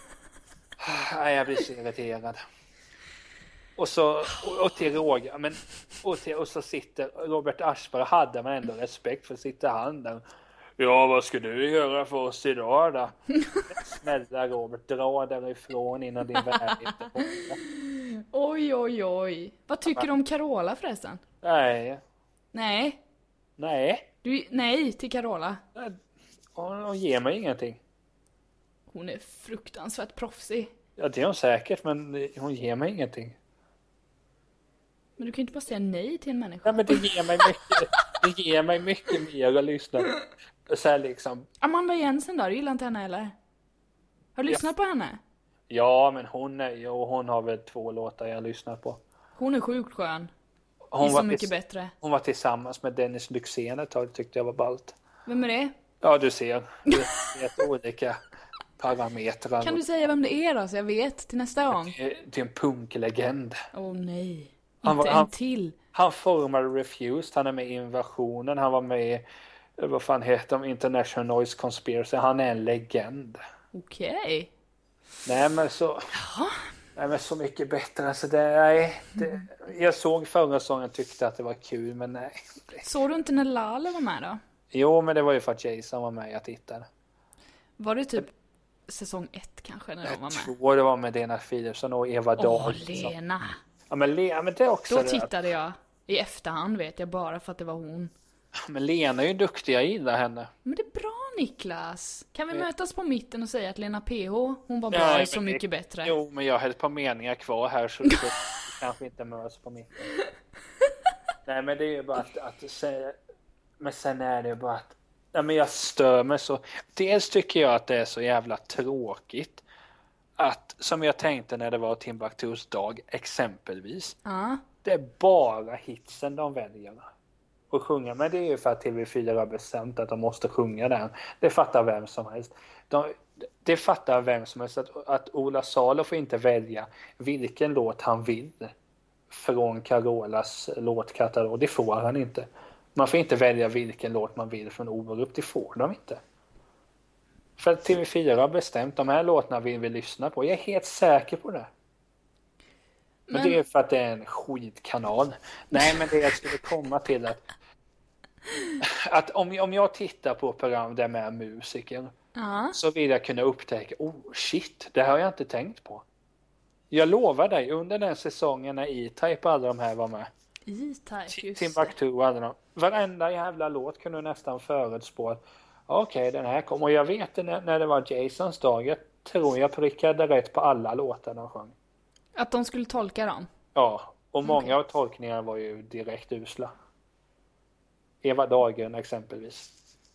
Nej, jag blir så irriterad. Och så, och, och till råga, men, och, till, och så sitter Robert Aschberg, hade man ändå respekt för, sitter han där. Ja, vad ska du göra för oss idag då? Snälla Robert, dra därifrån innan din värdighet är borta. Oj, oj, oj. Vad tycker du om Carola förresten? Nej, Nej. nej, Du, nej till Carola. hon, hon ger mig ingenting. Hon är fruktansvärt proffsig. Ja, det är hon säkert, men hon ger mig ingenting. Men du kan ju inte bara säga nej till en människa. Ja, men det ger mig mycket, det ger mig mycket mer att lyssna. Så här liksom. Amanda Jensen då, du gillar inte henne eller? Har du lyssnat Ja. på henne? Ja, men hon är ju, och hon har väl två låtar jag lyssnar på. Hon är sjukt skön. Hon är så var, mycket tills, bättre. hon var tillsammans med Dennis Lyxzén ett tag, tyckte jag var ballt. Vem är det? Ja, du ser. Det är olika parametrar. Kan du säga vem det är då, så jag vet till nästa gång? Det är, det är en punklegend. Åh oh, nej. Han Inte var- en han- till. Han formade Refused, han är med i Invasionen, han var med i, vad fan heter de, International Noise Conspiracy, han är en legend. Okej. Nej men så, nej men så mycket bättre, alltså det, nej, det, jag såg förra säsongen, tyckte att det var kul, men nej. Såg du inte när Lale var med då? Jo, men det var ju för att Jason var med, jag tittade. Var det typ säsong ett kanske när de var Jag med? tror det var med Lena Philipsson och Eva Åh, Dahl. Lena. Ja men, Le, men det är också Då det. tittade jag. I efterhand vet jag bara för att det var hon. Men Lena är ju duktig, jag gillar henne. Men det är bra Niklas. Kan vi mötas på mitten och säga att Lena P H, hon var bra Nej, och Så men det- mycket bättre. Jo, men jag har ett par meningar kvar här så vi kanske inte möts på mitten. Nej, men det är ju bara att, att säga, men sen är det ju bara att, ja, men jag stör mig så. Dels tycker jag att det är så jävla tråkigt att, som jag tänkte när det var Timbuktus dag exempelvis, Ja. det är bara hitsen de väljer att sjunga. Men det är ju för att T V fyra har bestämt att de måste sjunga den. Det fattar vem som helst. De, det fattar vem som helst att, att Ola Salo får inte välja vilken låt han vill från Carolas låtkatalog. Det får han inte. Man får inte välja vilken låt man vill från Orup. Det får de inte. För att T V fyra har bestämt de här låtarna vill vi lyssna på. Jag är helt säker på det. Men, Men- det är för att det är en skitkanal. Nej, men det jag skulle komma till att, att om, om jag tittar på program där med musiker Ja. så vill jag kunna upptäcka, oh shit, det har jag inte tänkt på. Jag lovar dig, under den säsongen när E-Type och alla de här var med, E-Type, just det. Timbuktu och alla de, varenda jävla låt kunde nästan förutspå att okej, den här kom. Och jag vet det när, när det var Jasons dag, jag tror jag prickade rätt på alla låtar de sjöng. Att de skulle tolka dem. Ja, och många Okej. av tolkningarna var ju direkt usla. Eva Dahlgren exempelvis.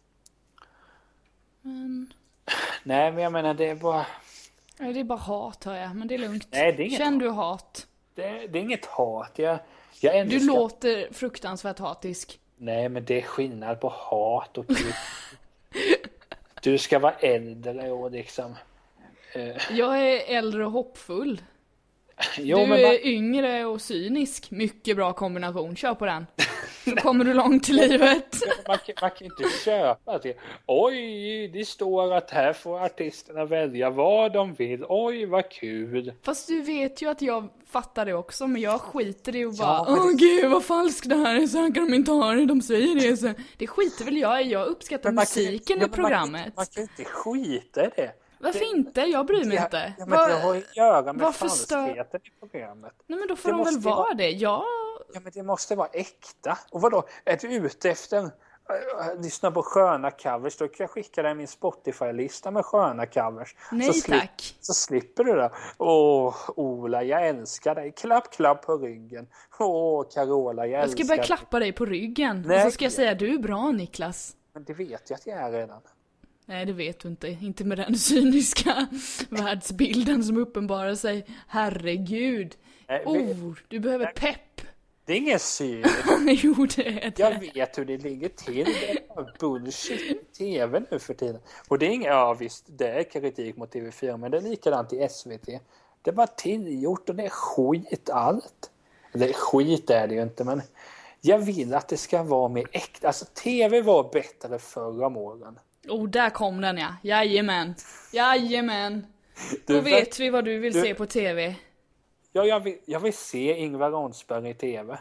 Men... Nej, men jag menar det är bara, Ja, det är bara hat hör jag, men det är lugnt. Nej, det är inget Känner du hat? det, är- det är inget hat. Jag, jag älskar... Du låter fruktansvärt hatisk. Nej, men det är skillnad på hat och krig. Du ska vara äldre och liksom... Eh, Jag är äldre och hoppfull. jo, du men är man, yngre och cynisk. Mycket bra kombination. Kör på den. Så kommer du långt i livet. man, kan- man kan inte köpa det. Oj, det står att här får artisterna välja vad de vill. Oj, vad kul. Fast du vet ju att jag fattar det också. Men jag skiter i och bara, Ja, men åh det- gud vad falskt det här är. Så här kan de inte ha det. De säger det. Så. Det skiter väl jag i. Jag uppskattar Men man kan- musiken ja, i men man kan- programmet. Man kan inte skita i det. Varför det- inte? Jag bryr mig Ja, inte. ja, men det har att göra med varför stör- falskheten i programmet. Nej men då får det de väl måste ju vara vara- det. Ja. Ja, men det måste vara äkta. Och vadå, är du ute efter äh, lyssna på sköna covers, då kan jag skicka dig min Spotify-lista med sköna covers. Nej så slip- tack. Så slipper du det. Åh, Ola, jag älskar dig. Klapp, klapp på ryggen. Åh, Carola, jag, Jag ska älskar börja dig. klappa dig på ryggen. Nej. Och så ska jag säga, du är bra Niklas. Men det vet jag att jag är redan. Nej, det vet du inte. Inte med den cyniska världsbilden som uppenbarar sig. Herregud. Nej, vi- Oh, du behöver pepp. Det är ingen syn. Jo, det är det. Jag vet hur det ligger till. Det är bara bullshit i tv nu för tiden. Och det är inga, ja visst, det är kritik mot T V fyra, men det är likadant i S V T. Det är bara tillgjort och det är skit allt. Det är skit är det ju inte, men jag vill att det ska vara mer äkta. Alltså tv var bättre förra om åren. Oh, där kom den ja. Jajamän. Jajamän. Då Du, vet vi vad du vill du- se på tv. Ja, jag vill, jag vill se Ingvar Rondsberg i tv.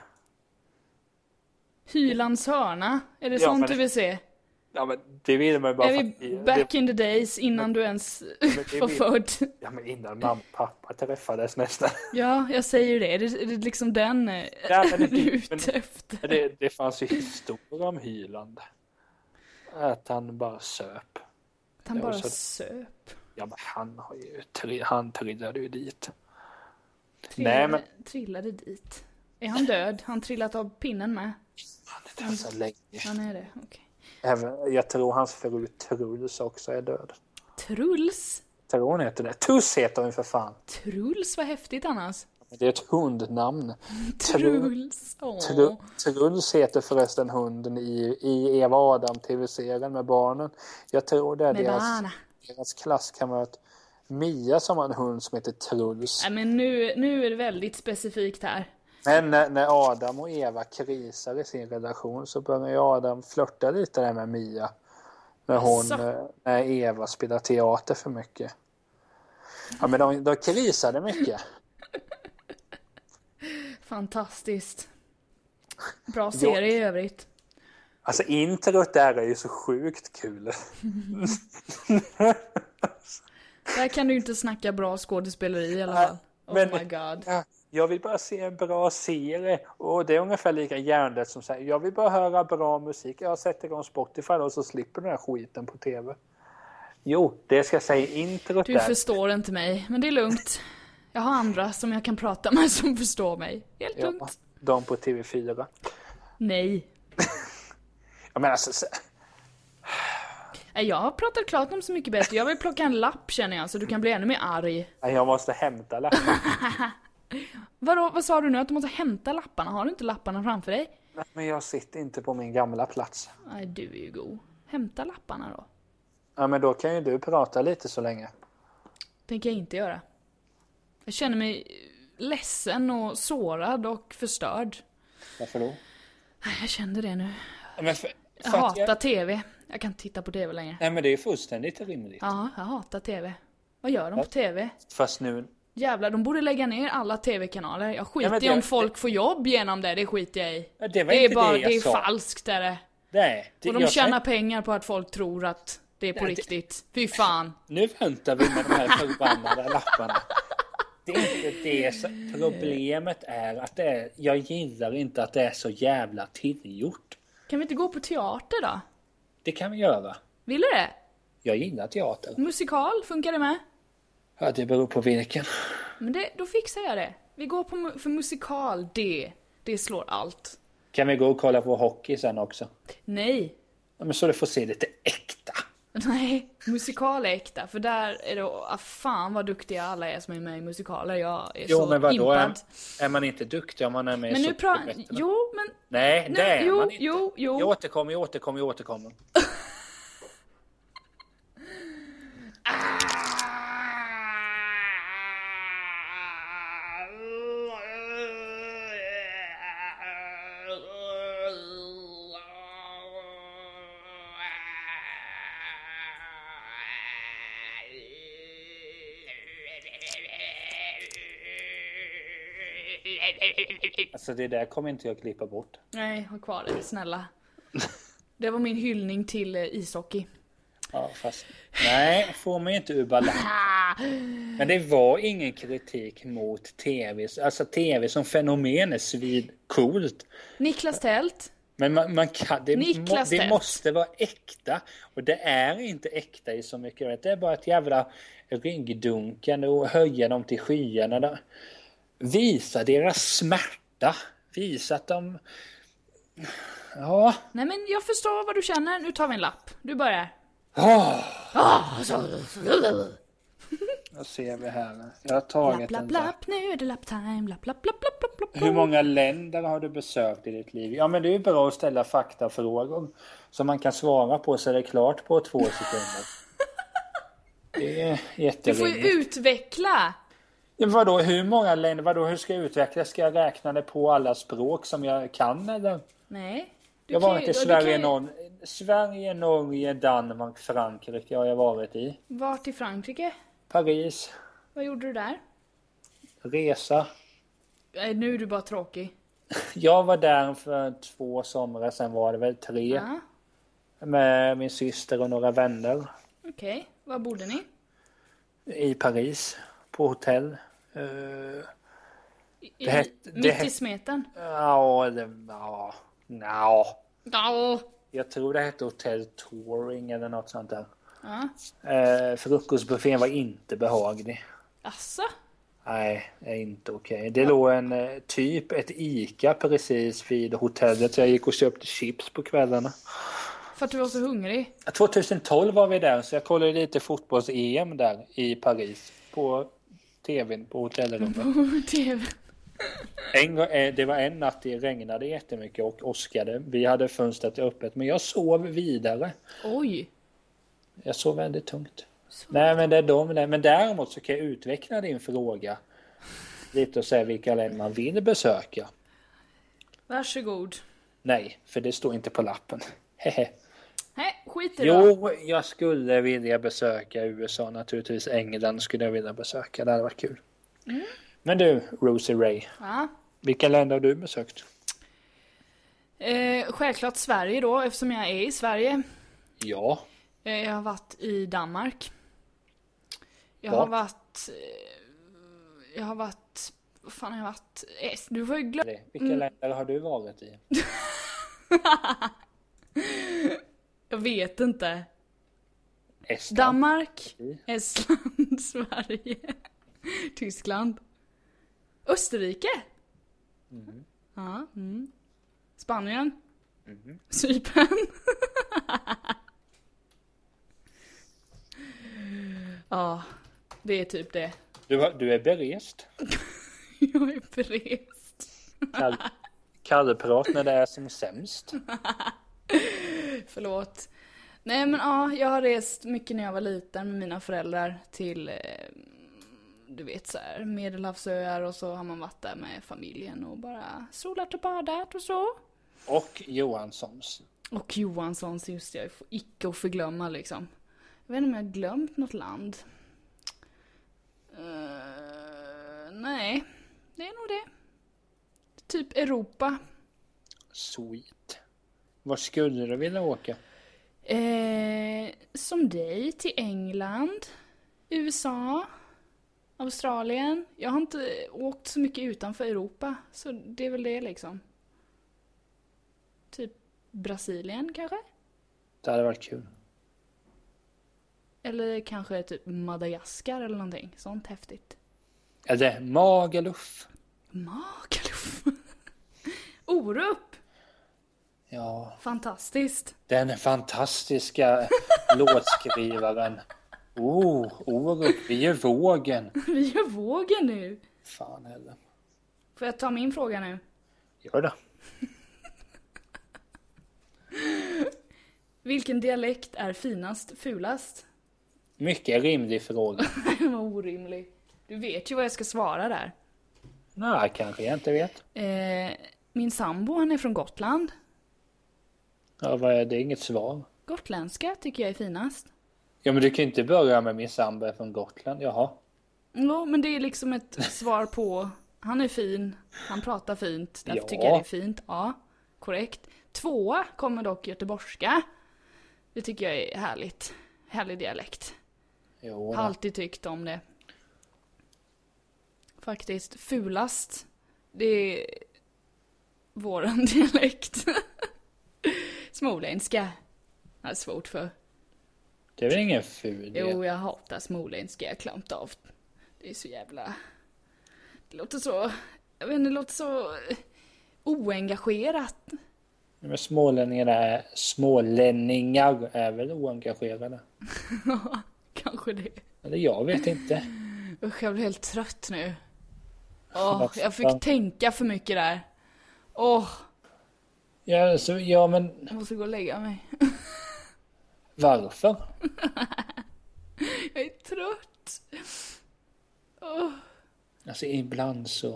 Hylands hörna. Är det Ja, sånt men- du vill se? Ja, men det vill man bara Är för vi att- back det, in the days innan du ens det var vill- född? Ja, men innan mamma och pappa träffades nästan. Ja, jag säger ju det. Är det, är det liksom den eh, Ja, men det- du är men- ute efter? Det, det fanns ju historia om Hyland. Att han bara söp. Att han Ja, bara så- söp. Ja, men han har ju tri- han trillade ju dit. Trillade, Nej, men trillade dit. Är han död? Han trillat av pinnen med? Han är död så länge. Han är det, okej. Även, jag tror hans fru Truls också är död. Truls? Tror hon heter det? Tuss heter hon för fan. Truls, vad häftigt annars. Det är ett hundnamn. Truls. Åh. Tru, Truls heter förresten hunden i, i Eva Adam tv-serien med barnen. Jag tror det är Med deras, barna. deras klasskamrat Mia som har en hund som heter Truls. Nej, men nu, nu är det väldigt specifikt här. Men när, när Adam och Eva krisar i sin relation så börjar ju Adam flörta lite där med Mia. När, hon, Asså. när Eva spelar teater för mycket. Ja, men de, de krisade mycket. Fantastiskt. Bra serie i övrigt. Alltså introt där är ju så sjukt kul. Där kan du inte snacka bra skådespeleri i alla fall. Oh Men- my god. Ja, jag vill bara se en bra serie. Och det är ungefär lika hjärndött som säger jag vill bara höra bra musik. Jag har sett igång Spotify och så slipper den här skiten på tv. Jo, det ska jag säga introt Du där. förstår inte mig, men det är lugnt. Jag har andra som jag kan prata med som förstår mig. Helt Ja, lugnt. de på T V fyra. Nej. Ja, men alltså, så- Nej, jag har pratat klart om så mycket bättre. Jag vill plocka en lapp känner jag, så du kan bli ännu mer arg. jag måste hämta lappen. Vadå, vad sa du nu? Att du måste hämta lapparna? Har du inte lapparna framför dig? Nej, men jag sitter inte på min gamla plats. Nej, du är ju god. Hämta lapparna då. Ja, men då kan ju du prata lite så länge. Tänker jag inte göra. Jag känner mig ledsen och sårad och förstörd. Varför då? Nej, jag kände det nu. Ja, men för, Jag för att hatar jag... tv. Jag kan inte titta på tv längre. Nej, men det är fullständigt rimligt. Ja, jag hatar tv. Vad gör de på tv? Fast nu... Jävlar, de borde lägga ner alla tv-kanaler. Jag skiter Ja, men i det- om folk får jobb genom det, det skiter jag i. Ja, det var Det är inte bara, det jag det är sa. falskt är det. Nej, det, Och de jag tjänar säger- pengar på att folk tror att det är på Nej, det- riktigt. Fy fan. Nu väntar vi med de här förbannade lapparna. Det är inte det som... Problemet är att det är... Jag gillar inte att det är så jävla tillgjort. Kan vi inte gå på teater då? Det kan vi göra. Vill du det? Jag gillar teater. Musikal, funkar det med? Ja, det beror på vilken. Men det, då fixar jag det. Vi går på mu- för musikal, det. Det slår allt. Kan vi gå och kolla på hockey sen också? Nej. Ja, men så du får se lite äkta. Nej, musikal är äkta. För där är det, ah, fan vad duktiga alla är som är med i musikaler. Jag är Jo, så men vadå? Är, impad. är man inte duktig om man är med Men så nu pratar... bättre? Jo, men... Nej, det Nej, är jo, man inte. jo, jo. Jag återkommer, jag återkommer, jag återkommer. Alltså det där kommer inte jag klippa bort. Nej, ha kvar det, snälla. Det var min hyllning till eh, ishockey. Ja, fast... Nej, får man inte ur balans. Ah, Men det var ingen kritik mot tv. Alltså tv som fenomen är svidcoolt. Niklas Tält. Men man, man kan, det, må, Niklas det Tält. måste vara äkta. Och det är inte äkta i så mycket. Det är bara ett jävla ryggdunkande och höja dem till skyarna. Där. Visa deras smärta. Visa att de... Ja. Nej men jag förstår vad du känner. Nu tar vi en lapp. Du börjar. Oh, Ah, så... då ser vi här. Jag har Lapp, tagit lapp, en där. lapp. Nu är det lapptime. Lapp, lapp, lapp, lapp, lapp, lapp. Hur många länder har du besökt i ditt liv? Ja, men det är ju bra att ställa faktafrågor som man kan svara på så är det klart på två sekunder. Det är Du får ju jätterimligt. utveckla. Ja, vadå, hur många länder? Vadå, hur ska jag utveckla? Ska jag räkna det på alla språk som jag kan eller? Nej. Du Jag har kan varit ju- i du Sverige, kan ju- någon, Sverige, Norge, Danmark, Frankrike har jag varit i. Vart i Frankrike? Paris, Vad gjorde du där? resa. Nej, nu är du bara tråkig. Jag var där för två somrar, sen var det väl tre. Ja, Med min syster och några vänner okej. Var bodde ni? i Paris. På hotell. Uh, I, Det het- det mitt i het- smeten? ja, det, ja, ja. Ja. Jag tror det hette Hotel Touring eller något sånt där. Ja. Uh, frukostbuffén var inte behaglig. Asså? Nej, det är inte okej. Det låg en eh, typ ett Ica precis vid hotellet. Jag gick och köpte chips på kvällarna. För att du var så hungrig? tjugohundratolv var vi där, så jag kollade lite fotbolls-E M där i Paris. På tvn, på hotellrummet. På tv. En, gång- eh, det var en natt det regnade jättemycket och åskade. Vi hade fönstret öppet, men jag sov vidare. Oj. Jag sov väldigt tungt. Så. Nej, men det är de där. Men däremot så kan jag utveckla din fråga lite och säga vilka länder man vill besöka. Varsågod. Nej, för det står inte på lappen. Hehe. Nej, skit i det då. Jo, jag skulle vilja besöka U S A naturligtvis. England skulle jag vilja besöka. Det hade varit kul. Mm. Men du, Rosie Ray. Ja. Vilka länder har du besökt? Eh, självklart Sverige då, eftersom jag är i Sverige. Ja. Eh, jag har varit i Danmark. Jag Vart? har varit... Eh, jag har varit... Vad fan har jag varit? Eh, du får ju glömma... Vilka Mm. länder har du varit i? Jag vet inte. Estland. Danmark, I. Estland, Sverige, Tyskland, Österrike. Mm. Ja, mm. Spanien, Mm. Cypern. Ja, det är typ det. Du, har- du är berest. Jag är berest. Kall, kallprat när det är som sämst. Förlåt. Nej men ja, jag har rest mycket när jag var liten med mina föräldrar till, eh, du vet så här, Medelhavsöar, och så har man varit där med familjen och bara solat och badat och så. Och Johanssons. Och Johanssons, just det, jag får icke att förglömma liksom. Jag vet inte om jag har glömt något land. Uh, nej, det är nog det. Typ Europa. Sweet. Var skulle du vilja åka? Eh, som dig till England, U S A, Australien. Jag har inte åkt så mycket utanför Europa, så det är väl det liksom. Typ Brasilien kanske? Det hade varit kul. Eller kanske typ Madagaskar eller någonting. Sånt häftigt. Eller Magaluf. Magaluf. Orup. Ja, Fantastiskt. den fantastiska låtskrivaren. Oh, Orup, vi är vågen. Vi gör vågen nu. Fan heller. Får jag ta min fråga nu? Gör det. Vilken dialekt är finast, fulast? Mycket rimlig fråga. Vad orimlig. Du vet ju vad jag ska svara där. Nej, kanske jag inte vet. Eh, min sambo, han är från Gotland. Ja, vad är det? Inget svar. Gotländska tycker jag är finast. Ja, men du kan inte börja med min sambo från Gotland. Jaha. Ja, men det är liksom ett svar på... Han är fin, han pratar fint, därför Ja. tycker jag det är fint. Ja, korrekt. Tvåa kommer dock göteborgska. Det tycker jag är härligt. Härlig dialekt. Jo, Har alltid tyckt om det. Faktiskt. Fulast. Det är våran dialekt. Småländska. Jag är svårt för. det är väl ingen ful del. Jo, jag hatar småländska. Jag klamt av. Det är så jävla... Det låter så... Jag vet inte, det låter så oengagerat. Men smålänningar är, smålänningar är väl oengagerade? Kanske det. Eller jag vet inte. Usch, jag blir helt trött nu. Åh, Vad jag fick fan. tänka för mycket där. Åh, Ja, så, ja, men jag måste gå och lägga mig. varför? Jag är trött. Åh. Alltså ibland så.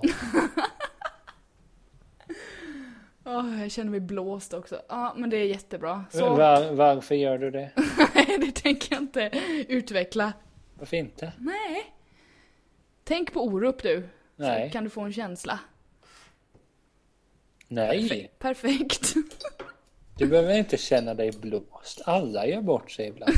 Åh, jag känner mig blåst också. Ja, men det är jättebra. Så, Var, varför gör du det? nej, det tänker jag inte utveckla. Varför inte? Nej. Tänk på Orup du. Nej. Så kan du få en känsla. Nej, Perfekt. du behöver inte känna dig blåst. Alla gör bort sig ibland.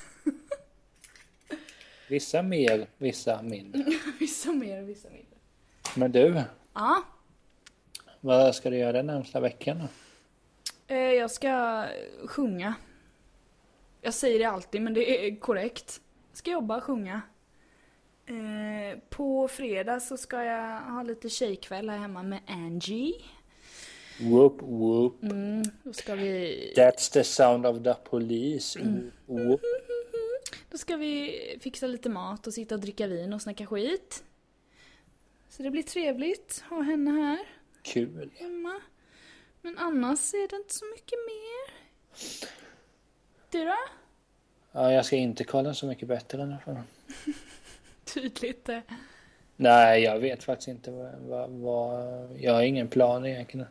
Vissa mer, vissa mindre. Vissa mer, vissa mindre. Men du, Ja, vad ska du göra den närmsta veckan då? eh, jag ska sjunga. Jag säger det alltid, men det är korrekt. Jag ska jobba och sjunga. Eh, på fredag så ska jag ha lite tjejkväll här hemma med Angie. Whoop, whoop. Mm, då ska vi... That's the sound of the police. Mm. Whoop. Då ska vi fixa lite mat och sitta och dricka vin och snacka skit. Så det blir trevligt att ha henne här. Kul. Hemma. Men annars är det inte så mycket mer. Du då? Ja, jag ska inte kolla Så mycket bättre än det. Tydligt det. Nej, jag vet faktiskt inte vad, vad, vad... Jag har ingen plan egentligen.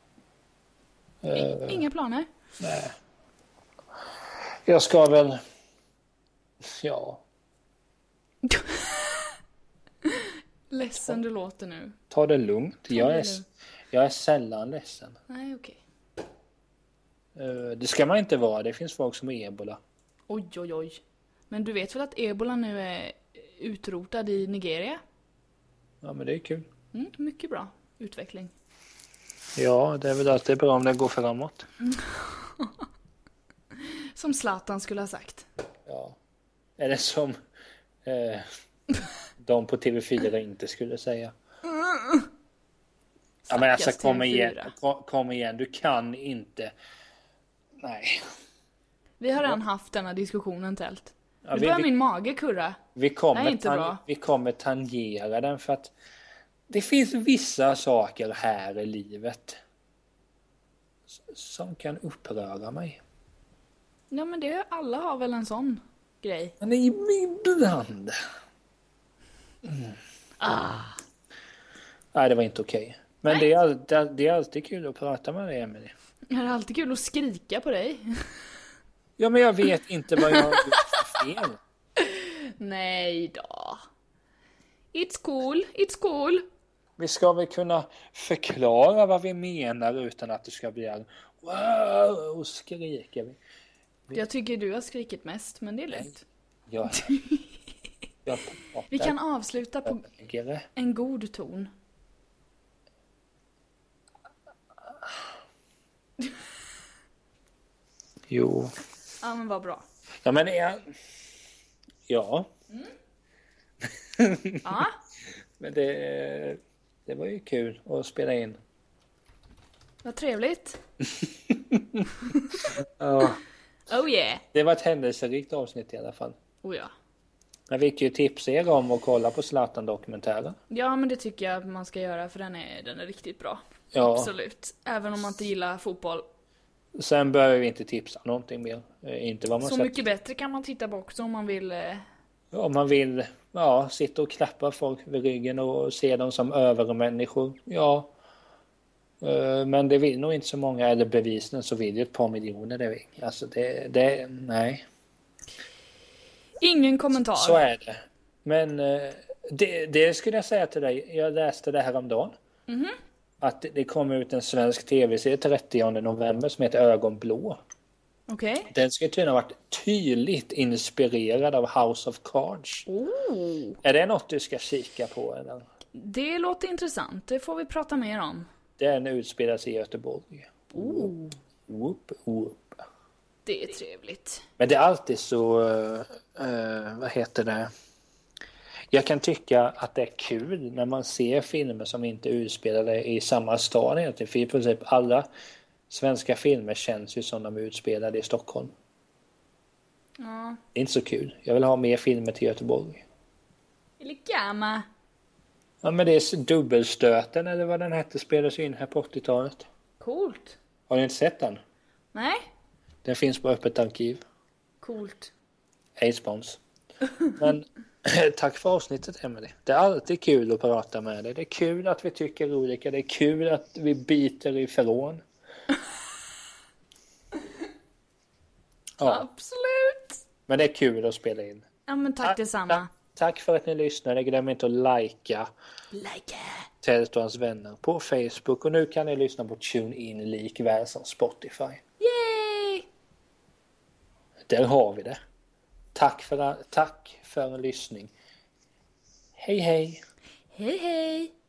I, inga planer? Nej. Jag ska väl... Ja. Ledsen du låter nu. Ta det lugnt. Ta jag, det är, lugnt. jag är sällan ledsen. Nej, okej. Uh, det ska man inte vara. Det finns folk som har ebola. Oj, oj, oj. Men du vet väl att ebola nu är utrotad i Nigeria? Ja, men det är kul. Mm, mycket bra utveckling. Ja, det är väl alltid bra om det går framåt. Som Zlatan skulle ha sagt. Ja. Är det som eh, de på T V fyra inte skulle säga? Ja, men alltså kom igen, kom igen, du kan inte. Nej. Vi har redan haft denna diskussionen, Tält. Ja, nu vi, börjar vi, min mage kurra. Vi kommer, det är inte tan- bra. vi kommer tangera den för att det finns vissa saker här i livet som kan uppröra mig. Ja, men det alla har väl en sån grej. Men ibland. Mm. Ah. Nej, det var inte okej. Men Nej. det är, all, det är alltid kul att prata med dig, Emelie. Det är alltid kul att skrika på dig. Ja, men jag vet inte vad jag har gjort för fel. Nej då. It's cool, it's cool. Vi ska väl kunna förklara vad vi menar utan att det ska bli en wow och skriker vi. vi. Jag tycker du har skrikit mest, men det är lugnt. Ja. Jag vi kan avsluta på ägare. en god ton. Jo. Ja, men vad bra. Ja, men jag... Ja. Mm. Ja. Men det, det var ju kul att spela in. Vad trevligt. Ja. Oh yeah. Det var ett händelserikt avsnitt i alla fall. Oh ja. Jag fick ju tipsa er om att kolla på Zlatan-dokumentären. Ja, men det tycker jag man ska göra, för den är, den är riktigt bra. Ja. Absolut. Även om man inte gillar fotboll. Sen behöver vi inte tipsa någonting mer. Inte vad man Så sett. mycket bättre kan man titta på också om man vill. Eh... Om man vill ja, sitta och klappa folk vid ryggen och se dem som övermänniskor. Ja. Men det vill nog inte så många, eller bevisligen så vill ju ett par miljoner det. Alltså det, det nej. Ingen kommentar. Så är det. Men det, det skulle jag säga till dig. Jag läste det här om dagen. Mm-hmm. Att det kommer ut en svensk tv-serie trettionde november som heter Ögonblå. Okej. Okay. Den ska tydligen ha varit tydligt inspirerad av House of Cards. Oh. Är det något du ska kika på? Eller? Det låter intressant. Det får vi prata mer om. Den utspelas i Göteborg. Oh. Whoop, whoop. Det är trevligt. Men det är alltid så... Uh, vad heter det? Jag kan tycka att det är kul när man ser filmer som inte utspelade i samma stad egentligen. För i princip alla svenska filmer känns ju som de är utspelade i Stockholm. Ja. Det är inte så kul. Jag vill ha mer filmer till Göteborg. Eller gamma. Ja, men det är Dubbelstöten eller vad den hette spelades in här på åttiotalet. Coolt. Har ni inte sett den? Nej. Den finns på Öppet arkiv. Coolt. A-spons. Men tack för avsnittet, Emelie. Det är alltid kul att prata med dig. Det är kul att vi tycker olika. Det är kul att vi biter ifrån. Ja. Absolut. Men det är kul att spela in. Ja, men tack, tack detsamma. Tack, tack för att ni lyssnade. Glöm inte att likea. Like. Tält och hans vänner på Facebook. Och nu kan ni lyssna på TuneIn likväl som Spotify. Yay! Där har vi det. Tack för, tack för en lyssning. Hej hej. Hej hej.